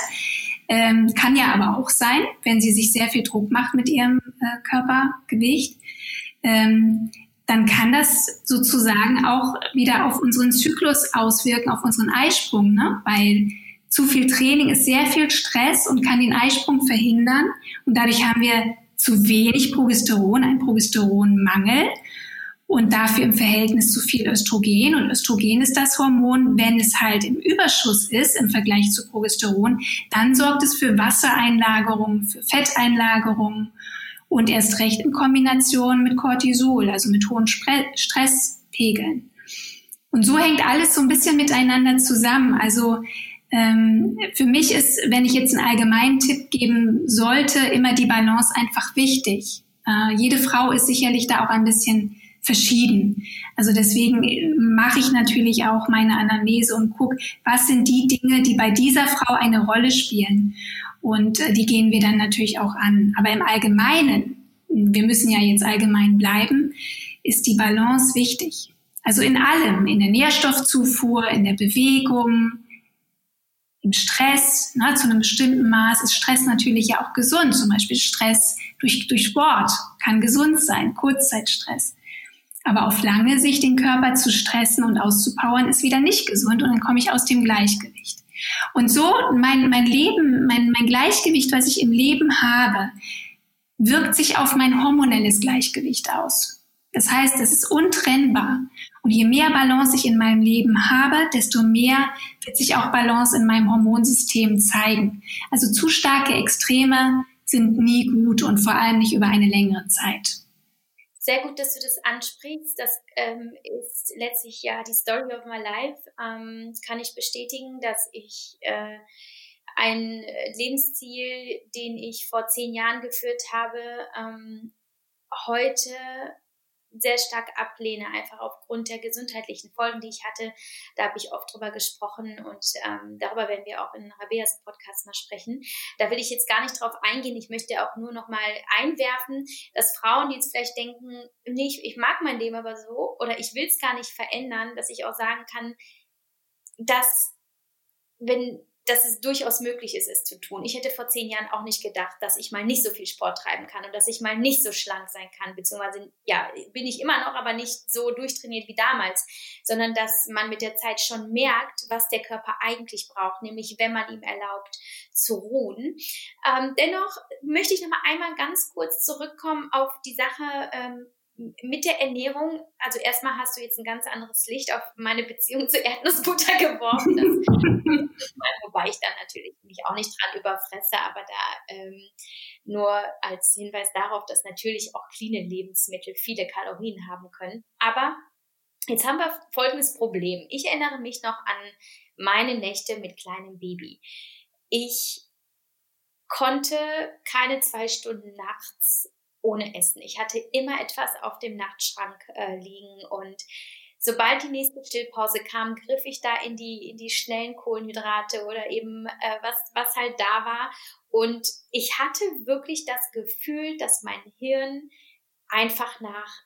Kann ja aber auch sein, wenn sie sich sehr viel Druck macht mit ihrem Körpergewicht. Dann kann das sozusagen auch wieder auf unseren Zyklus auswirken, auf unseren Eisprung, ne? Weil zu viel Training ist sehr viel Stress und kann den Eisprung verhindern. Und dadurch haben wir zu wenig Progesteron, einen Progesteronmangel und dafür im Verhältnis zu viel Östrogen. Und Östrogen ist das Hormon, wenn es halt im Überschuss ist im Vergleich zu Progesteron, dann sorgt es für Wassereinlagerung, für Fetteinlagerung und erst recht in Kombination mit Cortisol, also mit hohen Stresspegeln. Und so hängt alles so ein bisschen miteinander zusammen. Also für mich ist, wenn ich jetzt einen allgemeinen Tipp geben sollte, immer die Balance einfach wichtig. Jede Frau ist sicherlich da auch ein bisschen verschieden. Also deswegen mache ich natürlich auch meine Anamnese und gucke, was sind die Dinge, die bei dieser Frau eine Rolle spielen. Und die gehen wir dann natürlich auch an. Aber im Allgemeinen, wir müssen ja jetzt allgemein bleiben, ist die Balance wichtig. Also in allem, in der Nährstoffzufuhr, in der Bewegung, im Stress, ne, zu einem bestimmten Maß ist Stress natürlich ja auch gesund. Zum Beispiel Stress durch Sport kann gesund sein, Kurzzeitstress. Aber auf lange Sicht den Körper zu stressen und auszupowern, ist wieder nicht gesund und dann komme ich aus dem Gleichgewicht. Und so mein Leben, mein Gleichgewicht, was ich im Leben habe, wirkt sich auf mein hormonelles Gleichgewicht aus. Das heißt, es ist untrennbar. Und je mehr Balance ich in meinem Leben habe, desto mehr wird sich auch Balance in meinem Hormonsystem zeigen. Also zu starke Extreme sind nie gut und vor allem nicht über eine längere Zeit. Sehr gut, dass du das ansprichst. Das ist letztlich ja die Story of my life. Kann ich bestätigen, dass ich ein Lebensstil, den ich vor 10 Jahren geführt habe, heute sehr stark ablehne, einfach aufgrund der gesundheitlichen Folgen, die ich hatte. Da habe ich oft drüber gesprochen und darüber werden wir auch in Rabeas Podcast mal sprechen. Da will ich jetzt gar nicht drauf eingehen. Ich möchte auch nur noch mal einwerfen, dass Frauen, die jetzt vielleicht denken, nee, ich mag mein Leben aber so oder ich will es gar nicht verändern, dass ich auch sagen kann, dass es durchaus möglich ist, es zu tun. Ich hätte vor 10 Jahren auch nicht gedacht, dass ich mal nicht so viel Sport treiben kann und dass ich mal nicht so schlank sein kann, beziehungsweise, ja, bin ich immer noch, aber nicht so durchtrainiert wie damals, sondern dass man mit der Zeit schon merkt, was der Körper eigentlich braucht, nämlich wenn man ihm erlaubt zu ruhen. Dennoch möchte ich noch mal einmal ganz kurz zurückkommen auf die Sache, mit der Ernährung. Also erstmal hast du jetzt ein ganz anderes Licht auf meine Beziehung zur Erdnussbutter geworfen. Wobei ich dann natürlich mich auch nicht dran überfresse, aber da nur als Hinweis darauf, dass natürlich auch cleane Lebensmittel viele Kalorien haben können. Aber jetzt haben wir folgendes Problem. Ich erinnere mich noch an meine Nächte mit kleinem Baby. Ich konnte keine 2 Stunden nachts ohne Essen. Ich hatte immer etwas auf dem Nachtschrank liegen und sobald die nächste Stillpause kam, griff ich da in die schnellen Kohlenhydrate oder eben was halt da war. Und ich hatte wirklich das Gefühl, dass mein Hirn einfach nach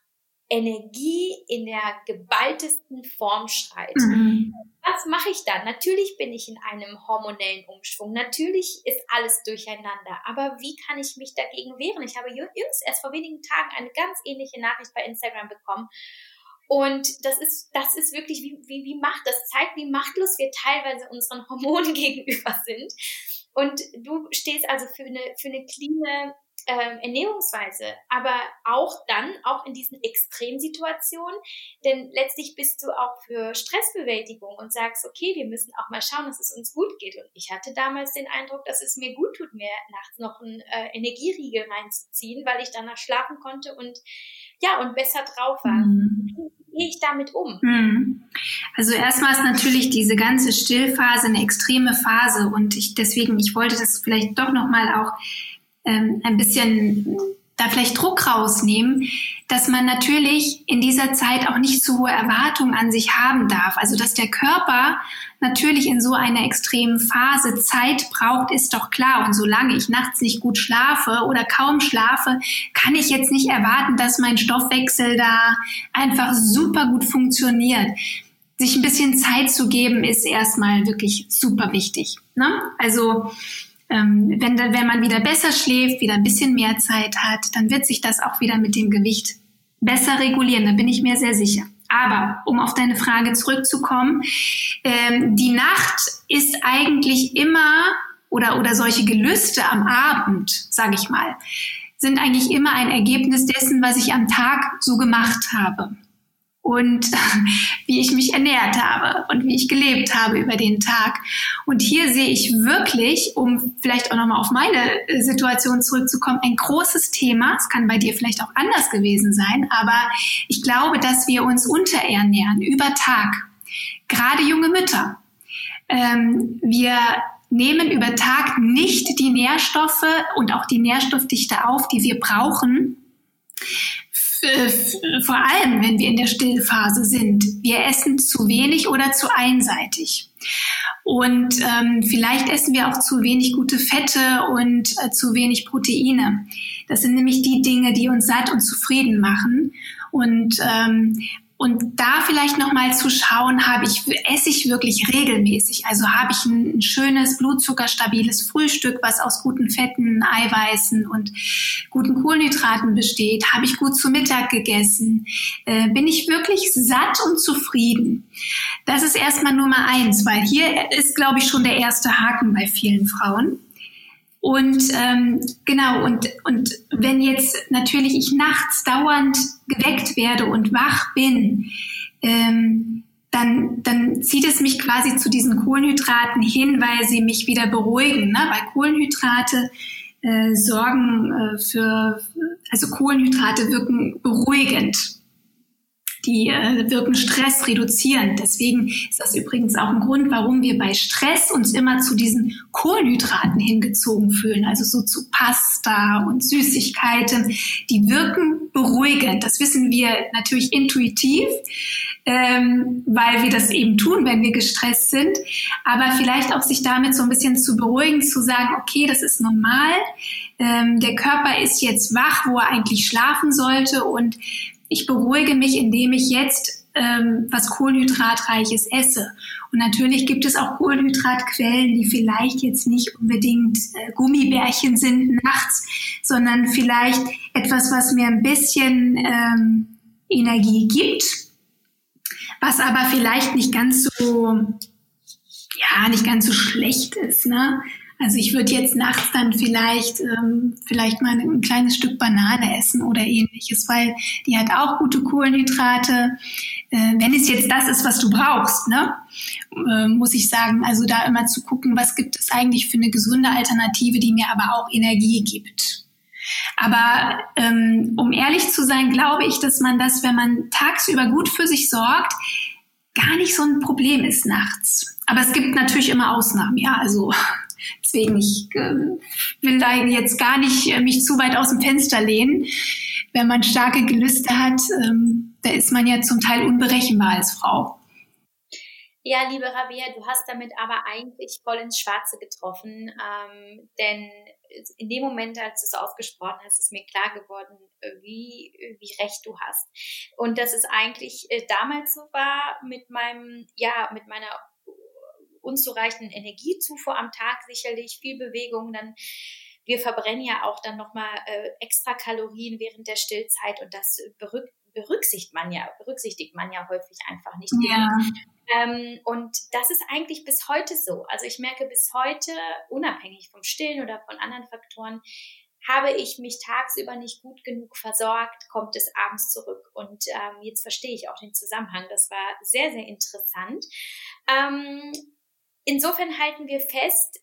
Energie in der geballtesten Form schreit. Was mache ich dann? Natürlich bin ich in einem hormonellen Umschwung. Natürlich ist alles durcheinander. Aber wie kann ich mich dagegen wehren? Ich habe jüngst erst vor wenigen Tagen eine ganz ähnliche Nachricht bei Instagram bekommen. Und das ist wirklich wie Macht. Das zeigt, wie machtlos wir teilweise unseren Hormonen gegenüber sind. Und du stehst also für eine cleane Ernährungsweise, aber auch in diesen Extremsituationen, denn letztlich bist du auch für Stressbewältigung und sagst, okay, wir müssen auch mal schauen, dass es uns gut geht. Und ich hatte damals den Eindruck, dass es mir gut tut, mir nachts noch einen Energieriegel reinzuziehen, weil ich danach schlafen konnte und besser drauf war. Wie gehe ich damit um? Also erstmal ist natürlich diese ganze Stillphase eine extreme Phase und ich wollte das vielleicht doch nochmal auch ein bisschen da vielleicht Druck rausnehmen, dass man natürlich in dieser Zeit auch nicht so hohe Erwartungen an sich haben darf. Also dass der Körper natürlich in so einer extremen Phase Zeit braucht, ist doch klar. Und solange ich nachts nicht gut schlafe oder kaum schlafe, kann ich jetzt nicht erwarten, dass mein Stoffwechsel da einfach super gut funktioniert. Sich ein bisschen Zeit zu geben, ist erstmal wirklich super wichtig, ne? Also wenn man wieder besser schläft, wieder ein bisschen mehr Zeit hat, dann wird sich das auch wieder mit dem Gewicht besser regulieren. Da bin ich mir sehr sicher. Aber um auf deine Frage zurückzukommen, die Nacht ist eigentlich immer, oder solche Gelüste am Abend, sage ich mal, sind eigentlich immer ein Ergebnis dessen, was ich am Tag so gemacht habe. Und wie ich mich ernährt habe und wie ich gelebt habe über den Tag. Und hier sehe ich wirklich, um vielleicht auch nochmal auf meine Situation zurückzukommen, ein großes Thema. Es kann bei dir vielleicht auch anders gewesen sein, aber ich glaube, dass wir uns unterernähren über Tag. Gerade junge Mütter. Wir nehmen über Tag nicht die Nährstoffe und auch die Nährstoffdichte auf, die wir brauchen, vor allem, wenn wir in der Stillphase sind. Wir essen zu wenig oder zu einseitig. Und vielleicht essen wir auch zu wenig gute Fette und zu wenig Proteine. Das sind nämlich die Dinge, die uns satt und zufrieden machen. Und da vielleicht nochmal zu schauen, esse ich wirklich regelmäßig? Also habe ich ein schönes, blutzuckerstabiles Frühstück, was aus guten Fetten, Eiweißen und guten Kohlenhydraten besteht? Habe ich gut zu Mittag gegessen? Bin ich wirklich satt und zufrieden? Das ist erstmal Nummer 1, weil hier ist, glaube ich, schon der erste Haken bei vielen Frauen. Und genau, und wenn jetzt natürlich ich nachts dauernd geweckt werde und wach bin, dann zieht es mich quasi zu diesen Kohlenhydraten hin, weil sie mich wieder beruhigen, ne? Weil Kohlenhydrate Kohlenhydrate wirken beruhigend. Die wirken stressreduzierend. Deswegen ist das übrigens auch ein Grund, warum wir bei Stress uns immer zu diesen Kohlenhydraten hingezogen fühlen. Also so zu Pasta und Süßigkeiten. Die wirken beruhigend. Das wissen wir natürlich intuitiv, weil wir das eben tun, wenn wir gestresst sind. Aber vielleicht auch sich damit so ein bisschen zu beruhigen, zu sagen, okay, das ist normal. Der Körper ist jetzt wach, wo er eigentlich schlafen sollte, und ich beruhige mich, indem ich jetzt was Kohlenhydratreiches esse. Und natürlich gibt es auch Kohlenhydratquellen, die vielleicht jetzt nicht unbedingt Gummibärchen sind nachts, sondern vielleicht etwas, was mir ein bisschen Energie gibt, was aber vielleicht nicht ganz so schlecht ist, ne? Also ich würde jetzt nachts dann vielleicht mal ein kleines Stück Banane essen oder ähnliches, weil die hat auch gute Kohlenhydrate. Wenn es jetzt das ist, was du brauchst, ne, muss ich sagen, also da immer zu gucken, was gibt es eigentlich für eine gesunde Alternative, die mir aber auch Energie gibt. Aber um ehrlich zu sein, glaube ich, dass man das, wenn man tagsüber gut für sich sorgt, gar nicht so ein Problem ist nachts. Aber es gibt natürlich immer Ausnahmen, ja, also deswegen, ich will da jetzt gar nicht mich zu weit aus dem Fenster lehnen. Wenn man starke Gelüste hat, da ist man ja zum Teil unberechenbar als Frau. Ja, liebe Rabea, du hast damit aber eigentlich voll ins Schwarze getroffen, denn in dem Moment, als du es ausgesprochen hast, ist mir klar geworden, wie recht du hast. Und dass es eigentlich damals so war mit meiner unzureichenden Energiezufuhr am Tag, sicherlich viel Bewegung, dann wir verbrennen ja auch dann nochmal extra Kalorien während der Stillzeit und das berücksichtigt man ja häufig einfach nicht genug. Und das ist eigentlich bis heute so. Also ich merke bis heute, unabhängig vom Stillen oder von anderen Faktoren, habe ich mich tagsüber nicht gut genug versorgt, kommt es abends zurück. Und jetzt verstehe ich auch den Zusammenhang. Das war sehr, sehr interessant. Insofern halten wir fest,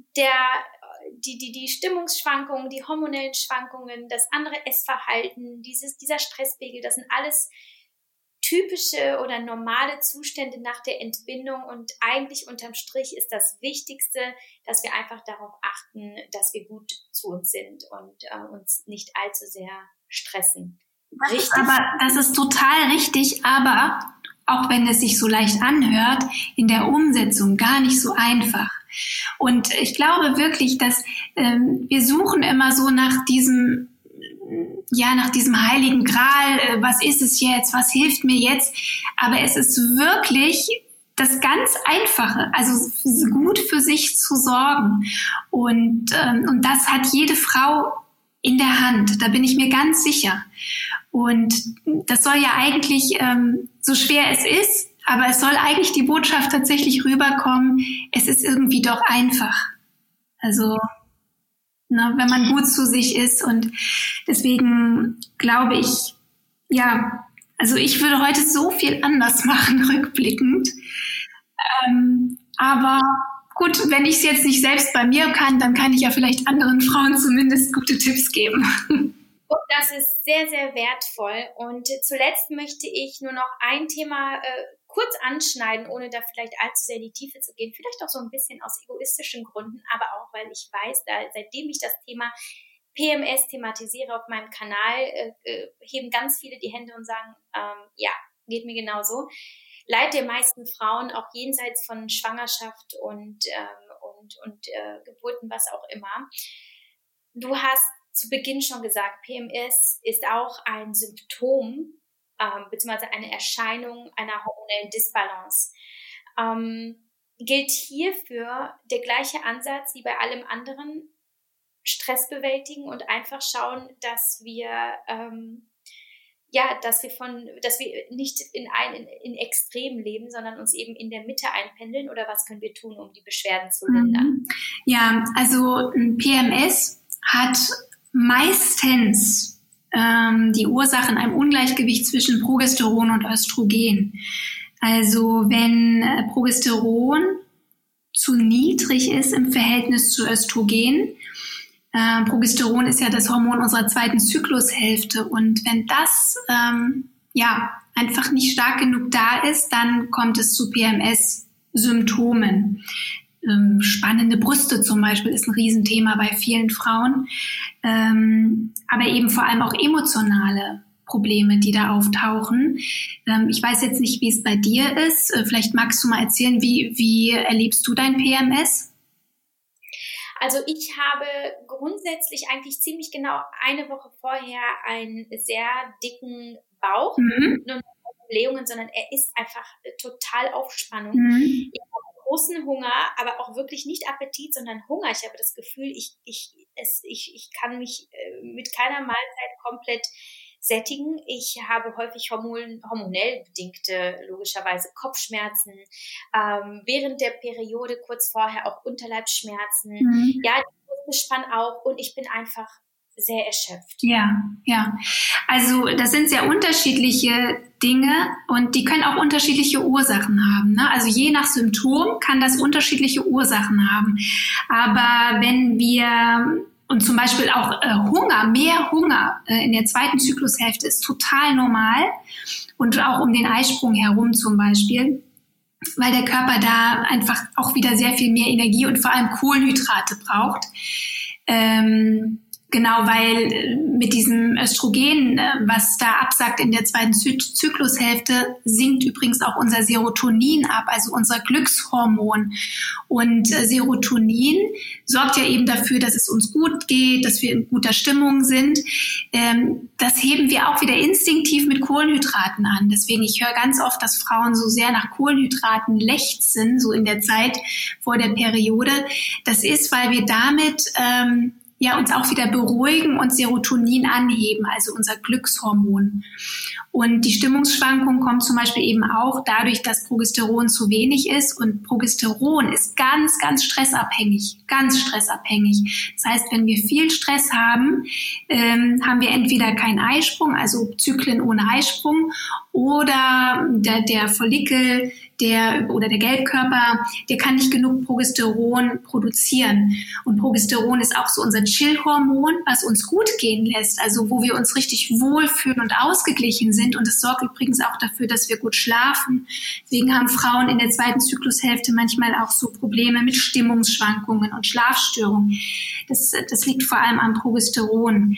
die Stimmungsschwankungen, die hormonellen Schwankungen, das andere Essverhalten, dieser Stresspegel, das sind alles typische oder normale Zustände nach der Entbindung und eigentlich unterm Strich ist das Wichtigste, dass wir einfach darauf achten, dass wir gut zu uns sind und uns nicht allzu sehr stressen. Das ist total richtig, aber auch wenn es sich so leicht anhört, in der Umsetzung gar nicht so einfach. Und ich glaube wirklich, dass wir suchen immer so nach diesem heiligen Gral, was ist es jetzt, was hilft mir jetzt? Aber es ist wirklich das ganz Einfache, also gut für sich zu sorgen. Und das hat jede Frau in der Hand, da bin ich mir ganz sicher. Und das soll ja eigentlich, so schwer es ist, aber es soll eigentlich die Botschaft tatsächlich rüberkommen, es ist irgendwie doch einfach. Also, wenn man gut zu sich ist und deswegen glaube ich, also ich würde heute so viel anders machen, rückblickend. Aber gut, wenn ich es jetzt nicht selbst bei mir kann, dann kann ich ja vielleicht anderen Frauen zumindest gute Tipps geben. Und das ist sehr, sehr wertvoll. Und zuletzt möchte ich nur noch ein Thema kurz anschneiden, ohne da vielleicht allzu sehr in die Tiefe zu gehen. Vielleicht auch so ein bisschen aus egoistischen Gründen, aber auch, weil ich weiß, seitdem ich das Thema PMS thematisiere auf meinem Kanal, heben ganz viele die Hände und sagen, geht mir genauso. Leid der meisten Frauen, auch jenseits von Schwangerschaft und Geburten, was auch immer. Du hast zu Beginn schon gesagt, PMS ist auch ein Symptom beziehungsweise eine Erscheinung einer hormonellen Disbalance. Gilt hierfür der gleiche Ansatz wie bei allem anderen? Stress bewältigen und einfach schauen, dass wir nicht in Extremen leben, sondern uns eben in der Mitte einpendeln, oder was können wir tun, um die Beschwerden zu lindern? Ja, also PMS hat meistens die Ursache in einem Ungleichgewicht zwischen Progesteron und Östrogen. Also wenn Progesteron zu niedrig ist im Verhältnis zu Östrogen, Progesteron ist ja das Hormon unserer zweiten Zyklushälfte, und wenn das einfach nicht stark genug da ist, dann kommt es zu PMS-Symptomen. Spannende Brüste zum Beispiel ist ein Riesenthema bei vielen Frauen, aber eben vor allem auch emotionale Probleme, die da auftauchen. Ich weiß jetzt nicht, wie es bei dir ist. Vielleicht magst du mal erzählen, wie erlebst du dein PMS? Also ich habe grundsätzlich eigentlich ziemlich genau eine Woche vorher einen sehr dicken Bauch, nur Blähungen, sondern er ist einfach total auf Spannung. Ich habe großen Hunger, aber auch wirklich nicht Appetit, sondern Hunger. Ich habe das Gefühl, ich kann mich mit keiner Mahlzeit komplett sättigen. Ich habe häufig hormonell bedingte, logischerweise, Kopfschmerzen, während der Periode kurz vorher auch Unterleibsschmerzen, die Brust spannt auch, und ich bin einfach sehr erschöpft. Ja. Also das sind sehr unterschiedliche Dinge und die können auch unterschiedliche Ursachen haben, ne? Also je nach Symptom kann das unterschiedliche Ursachen haben. Aber wenn wir, und zum Beispiel auch mehr Hunger in der zweiten Zyklushälfte ist total normal, und auch um den Eisprung herum zum Beispiel, weil der Körper da einfach auch wieder sehr viel mehr Energie und vor allem Kohlenhydrate braucht. Genau, weil mit diesem Östrogen, was da absackt in der zweiten Zyklushälfte, sinkt übrigens auch unser Serotonin ab, also unser Glückshormon. Und Serotonin sorgt ja eben dafür, dass es uns gut geht, dass wir in guter Stimmung sind. Das heben wir auch wieder instinktiv mit Kohlenhydraten an. Deswegen, ich höre ganz oft, dass Frauen so sehr nach Kohlenhydraten lechzen, so in der Zeit vor der Periode. Das ist, weil wir damit uns auch wieder beruhigen und Serotonin anheben, also unser Glückshormon. Und die Stimmungsschwankung kommt zum Beispiel eben auch dadurch, dass Progesteron zu wenig ist. Und Progesteron ist ganz, ganz stressabhängig, ganz stressabhängig. Das heißt, wenn wir viel Stress haben, haben wir entweder keinen Eisprung, also Zyklen ohne Eisprung, oder der Follikel, der Gelbkörper, der kann nicht genug Progesteron produzieren. Und Progesteron ist auch so unser Chill-Hormon, was uns gut gehen lässt, also wo wir uns richtig wohlfühlen und ausgeglichen sind. Und es sorgt übrigens auch dafür, dass wir gut schlafen. Deswegen haben Frauen in der zweiten Zyklushälfte manchmal auch so Probleme mit Stimmungsschwankungen und Schlafstörungen. Das liegt vor allem am Progesteron.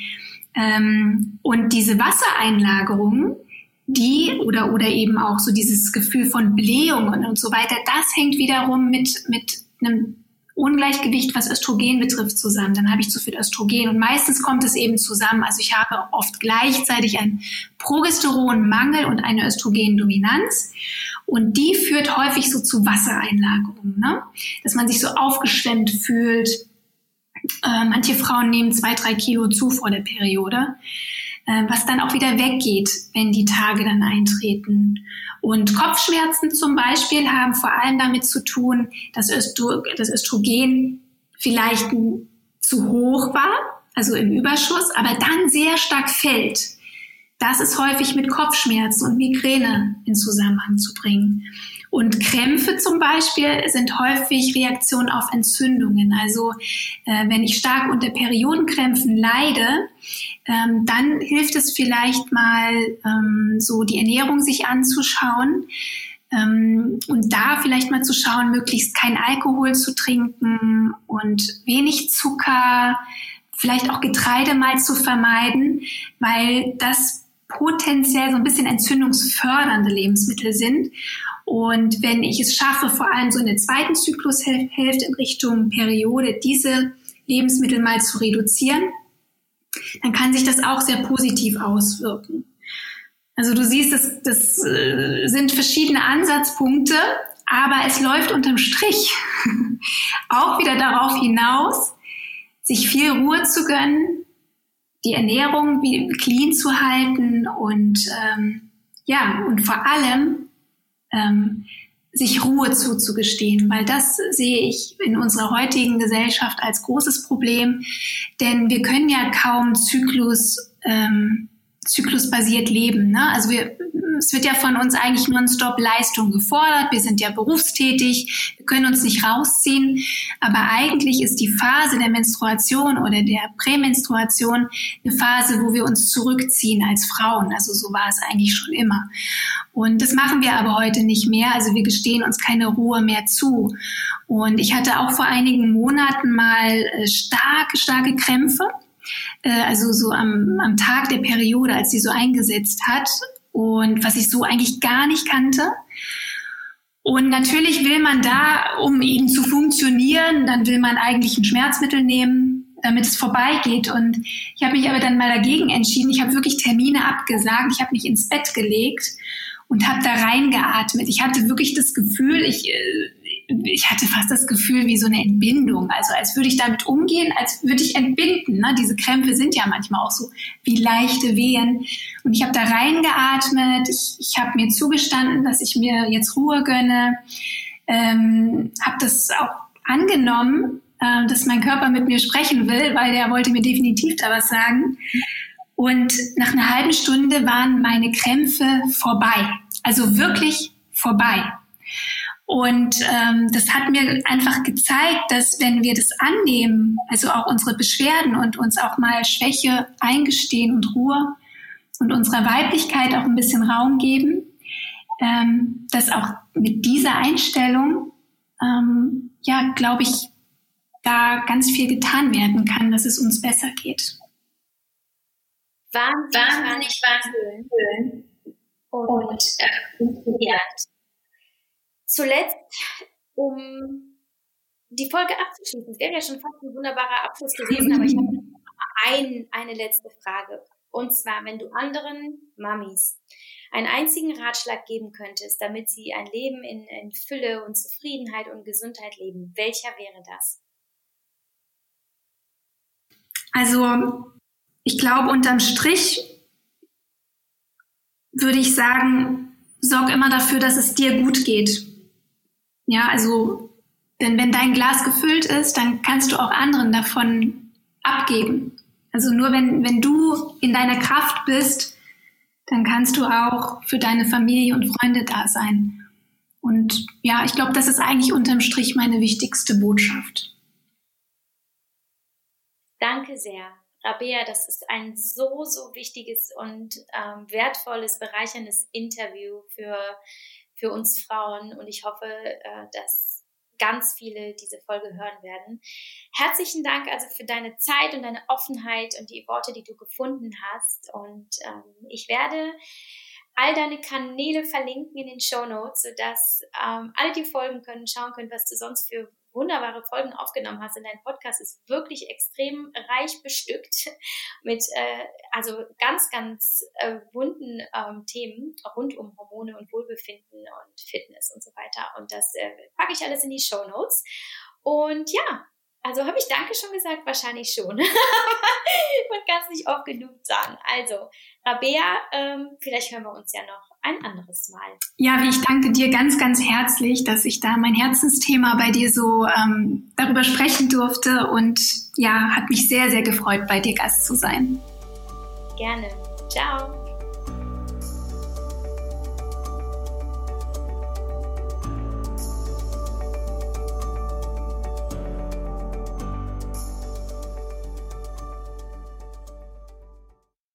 Und diese Wassereinlagerungen, oder eben auch so dieses Gefühl von Blähungen und so weiter, das hängt wiederum mit einem Ungleichgewicht, was Östrogen betrifft, zusammen. Dann habe ich zu viel Östrogen und meistens kommt es eben zusammen. Also ich habe oft gleichzeitig einen Progesteronmangel und eine Östrogendominanz und die führt häufig so zu Wassereinlagerungen, ne? Dass man sich so aufgeschwemmt fühlt. Manche Frauen nehmen 2-3 Kilo zu vor der Periode, was dann auch wieder weggeht, wenn die Tage dann eintreten. Und Kopfschmerzen zum Beispiel haben vor allem damit zu tun, dass das Östrogen vielleicht zu hoch war, also im Überschuss, aber dann sehr stark fällt. Das ist häufig mit Kopfschmerzen und Migräne in Zusammenhang zu bringen. Und Krämpfe zum Beispiel sind häufig Reaktionen auf Entzündungen. Also wenn ich stark unter Periodenkrämpfen leide, dann hilft es vielleicht mal, so die Ernährung sich anzuschauen und da vielleicht mal zu schauen, möglichst kein Alkohol zu trinken und wenig Zucker, vielleicht auch Getreide mal zu vermeiden, weil das potenziell so ein bisschen entzündungsfördernde Lebensmittel sind. Und wenn ich es schaffe, vor allem so in der zweiten Zyklushälfte in Richtung Periode, diese Lebensmittel mal zu reduzieren, dann kann sich das auch sehr positiv auswirken. Also du siehst, das sind verschiedene Ansatzpunkte, aber es läuft unterm Strich auch wieder darauf hinaus, sich viel Ruhe zu gönnen, die Ernährung clean zu halten und und vor allem sich Ruhe zuzugestehen, weil das sehe ich in unserer heutigen Gesellschaft als großes Problem, denn wir können ja kaum zyklusbasiert leben, ne? Also es wird ja von uns eigentlich nonstop Leistung gefordert. Wir sind ja berufstätig, wir können uns nicht rausziehen. Aber eigentlich ist die Phase der Menstruation oder der Prämenstruation eine Phase, wo wir uns zurückziehen als Frauen. Also so war es eigentlich schon immer. Und das machen wir aber heute nicht mehr. Also wir gestehen uns keine Ruhe mehr zu. Und ich hatte auch vor einigen Monaten mal starke Krämpfe. Also so am Tag der Periode, als sie so eingesetzt hat und was ich so eigentlich gar nicht kannte. Und natürlich will man da, um eben zu funktionieren, dann will man eigentlich ein Schmerzmittel nehmen, damit es vorbeigeht. Und ich habe mich aber dann mal dagegen entschieden. Ich habe wirklich Termine abgesagt. Ich habe mich ins Bett gelegt und habe da reingeatmet. Ich hatte wirklich das Gefühl, ich hatte fast das Gefühl wie so eine Entbindung. Also als würde ich damit umgehen, als würde ich entbinden. Ne? Diese Krämpfe sind ja manchmal auch so wie leichte Wehen. Und ich habe da reingeatmet. Ich habe mir zugestanden, dass ich mir jetzt Ruhe gönne. Habe das auch angenommen, dass mein Körper mit mir sprechen will, weil der wollte mir definitiv da was sagen. Und nach einer halben Stunde waren meine Krämpfe vorbei. Also wirklich vorbei. Und das hat mir einfach gezeigt, dass wenn wir das annehmen, also auch unsere Beschwerden und uns auch mal Schwäche eingestehen und Ruhe und unserer Weiblichkeit auch ein bisschen Raum geben, dass auch mit dieser Einstellung, glaube ich, da ganz viel getan werden kann, dass es uns besser geht. Wahnsinnig schön. Und ja. Zuletzt, um die Folge abzuschließen, es wäre ja schon fast ein wunderbarer Abschluss gewesen, aber ich habe eine letzte Frage. Und zwar, wenn du anderen Mamis einen einzigen Ratschlag geben könntest, damit sie ein Leben in Fülle und Zufriedenheit und Gesundheit leben, welcher wäre das? Also, ich glaube, unterm Strich würde ich sagen, sorg immer dafür, dass es dir gut geht. Ja, also, denn wenn dein Glas gefüllt ist, dann kannst du auch anderen davon abgeben. Also nur wenn du in deiner Kraft bist, dann kannst du auch für deine Familie und Freunde da sein. Und ja, ich glaube, das ist eigentlich unterm Strich meine wichtigste Botschaft. Danke sehr, Rabea. Das ist ein so wichtiges und wertvolles, bereicherndes Interview für uns Frauen. Und ich hoffe, dass ganz viele diese Folge hören werden. Herzlichen Dank also für deine Zeit und deine Offenheit und die Worte, die du gefunden hast. Und ich werde all deine Kanäle verlinken in den Shownotes, sodass alle, die folgen können, schauen können, was du sonst für wunderbare Folgen aufgenommen hast. Und dein Podcast ist wirklich extrem reich bestückt mit also ganz bunten Themen rund um Hormone und Wohlbefinden und Fitness und so weiter. Und das packe ich alles in die Shownotes. Und ja, also habe ich Danke schon gesagt? Wahrscheinlich schon. Man kann es nicht oft genug sagen. Also, Rabea, vielleicht hören wir uns ja noch ein anderes Mal. Ja, ich danke dir ganz, ganz herzlich, dass ich da mein Herzensthema bei dir so darüber sprechen durfte. Und ja, hat mich sehr, sehr gefreut, bei dir Gast zu sein. Gerne. Ciao.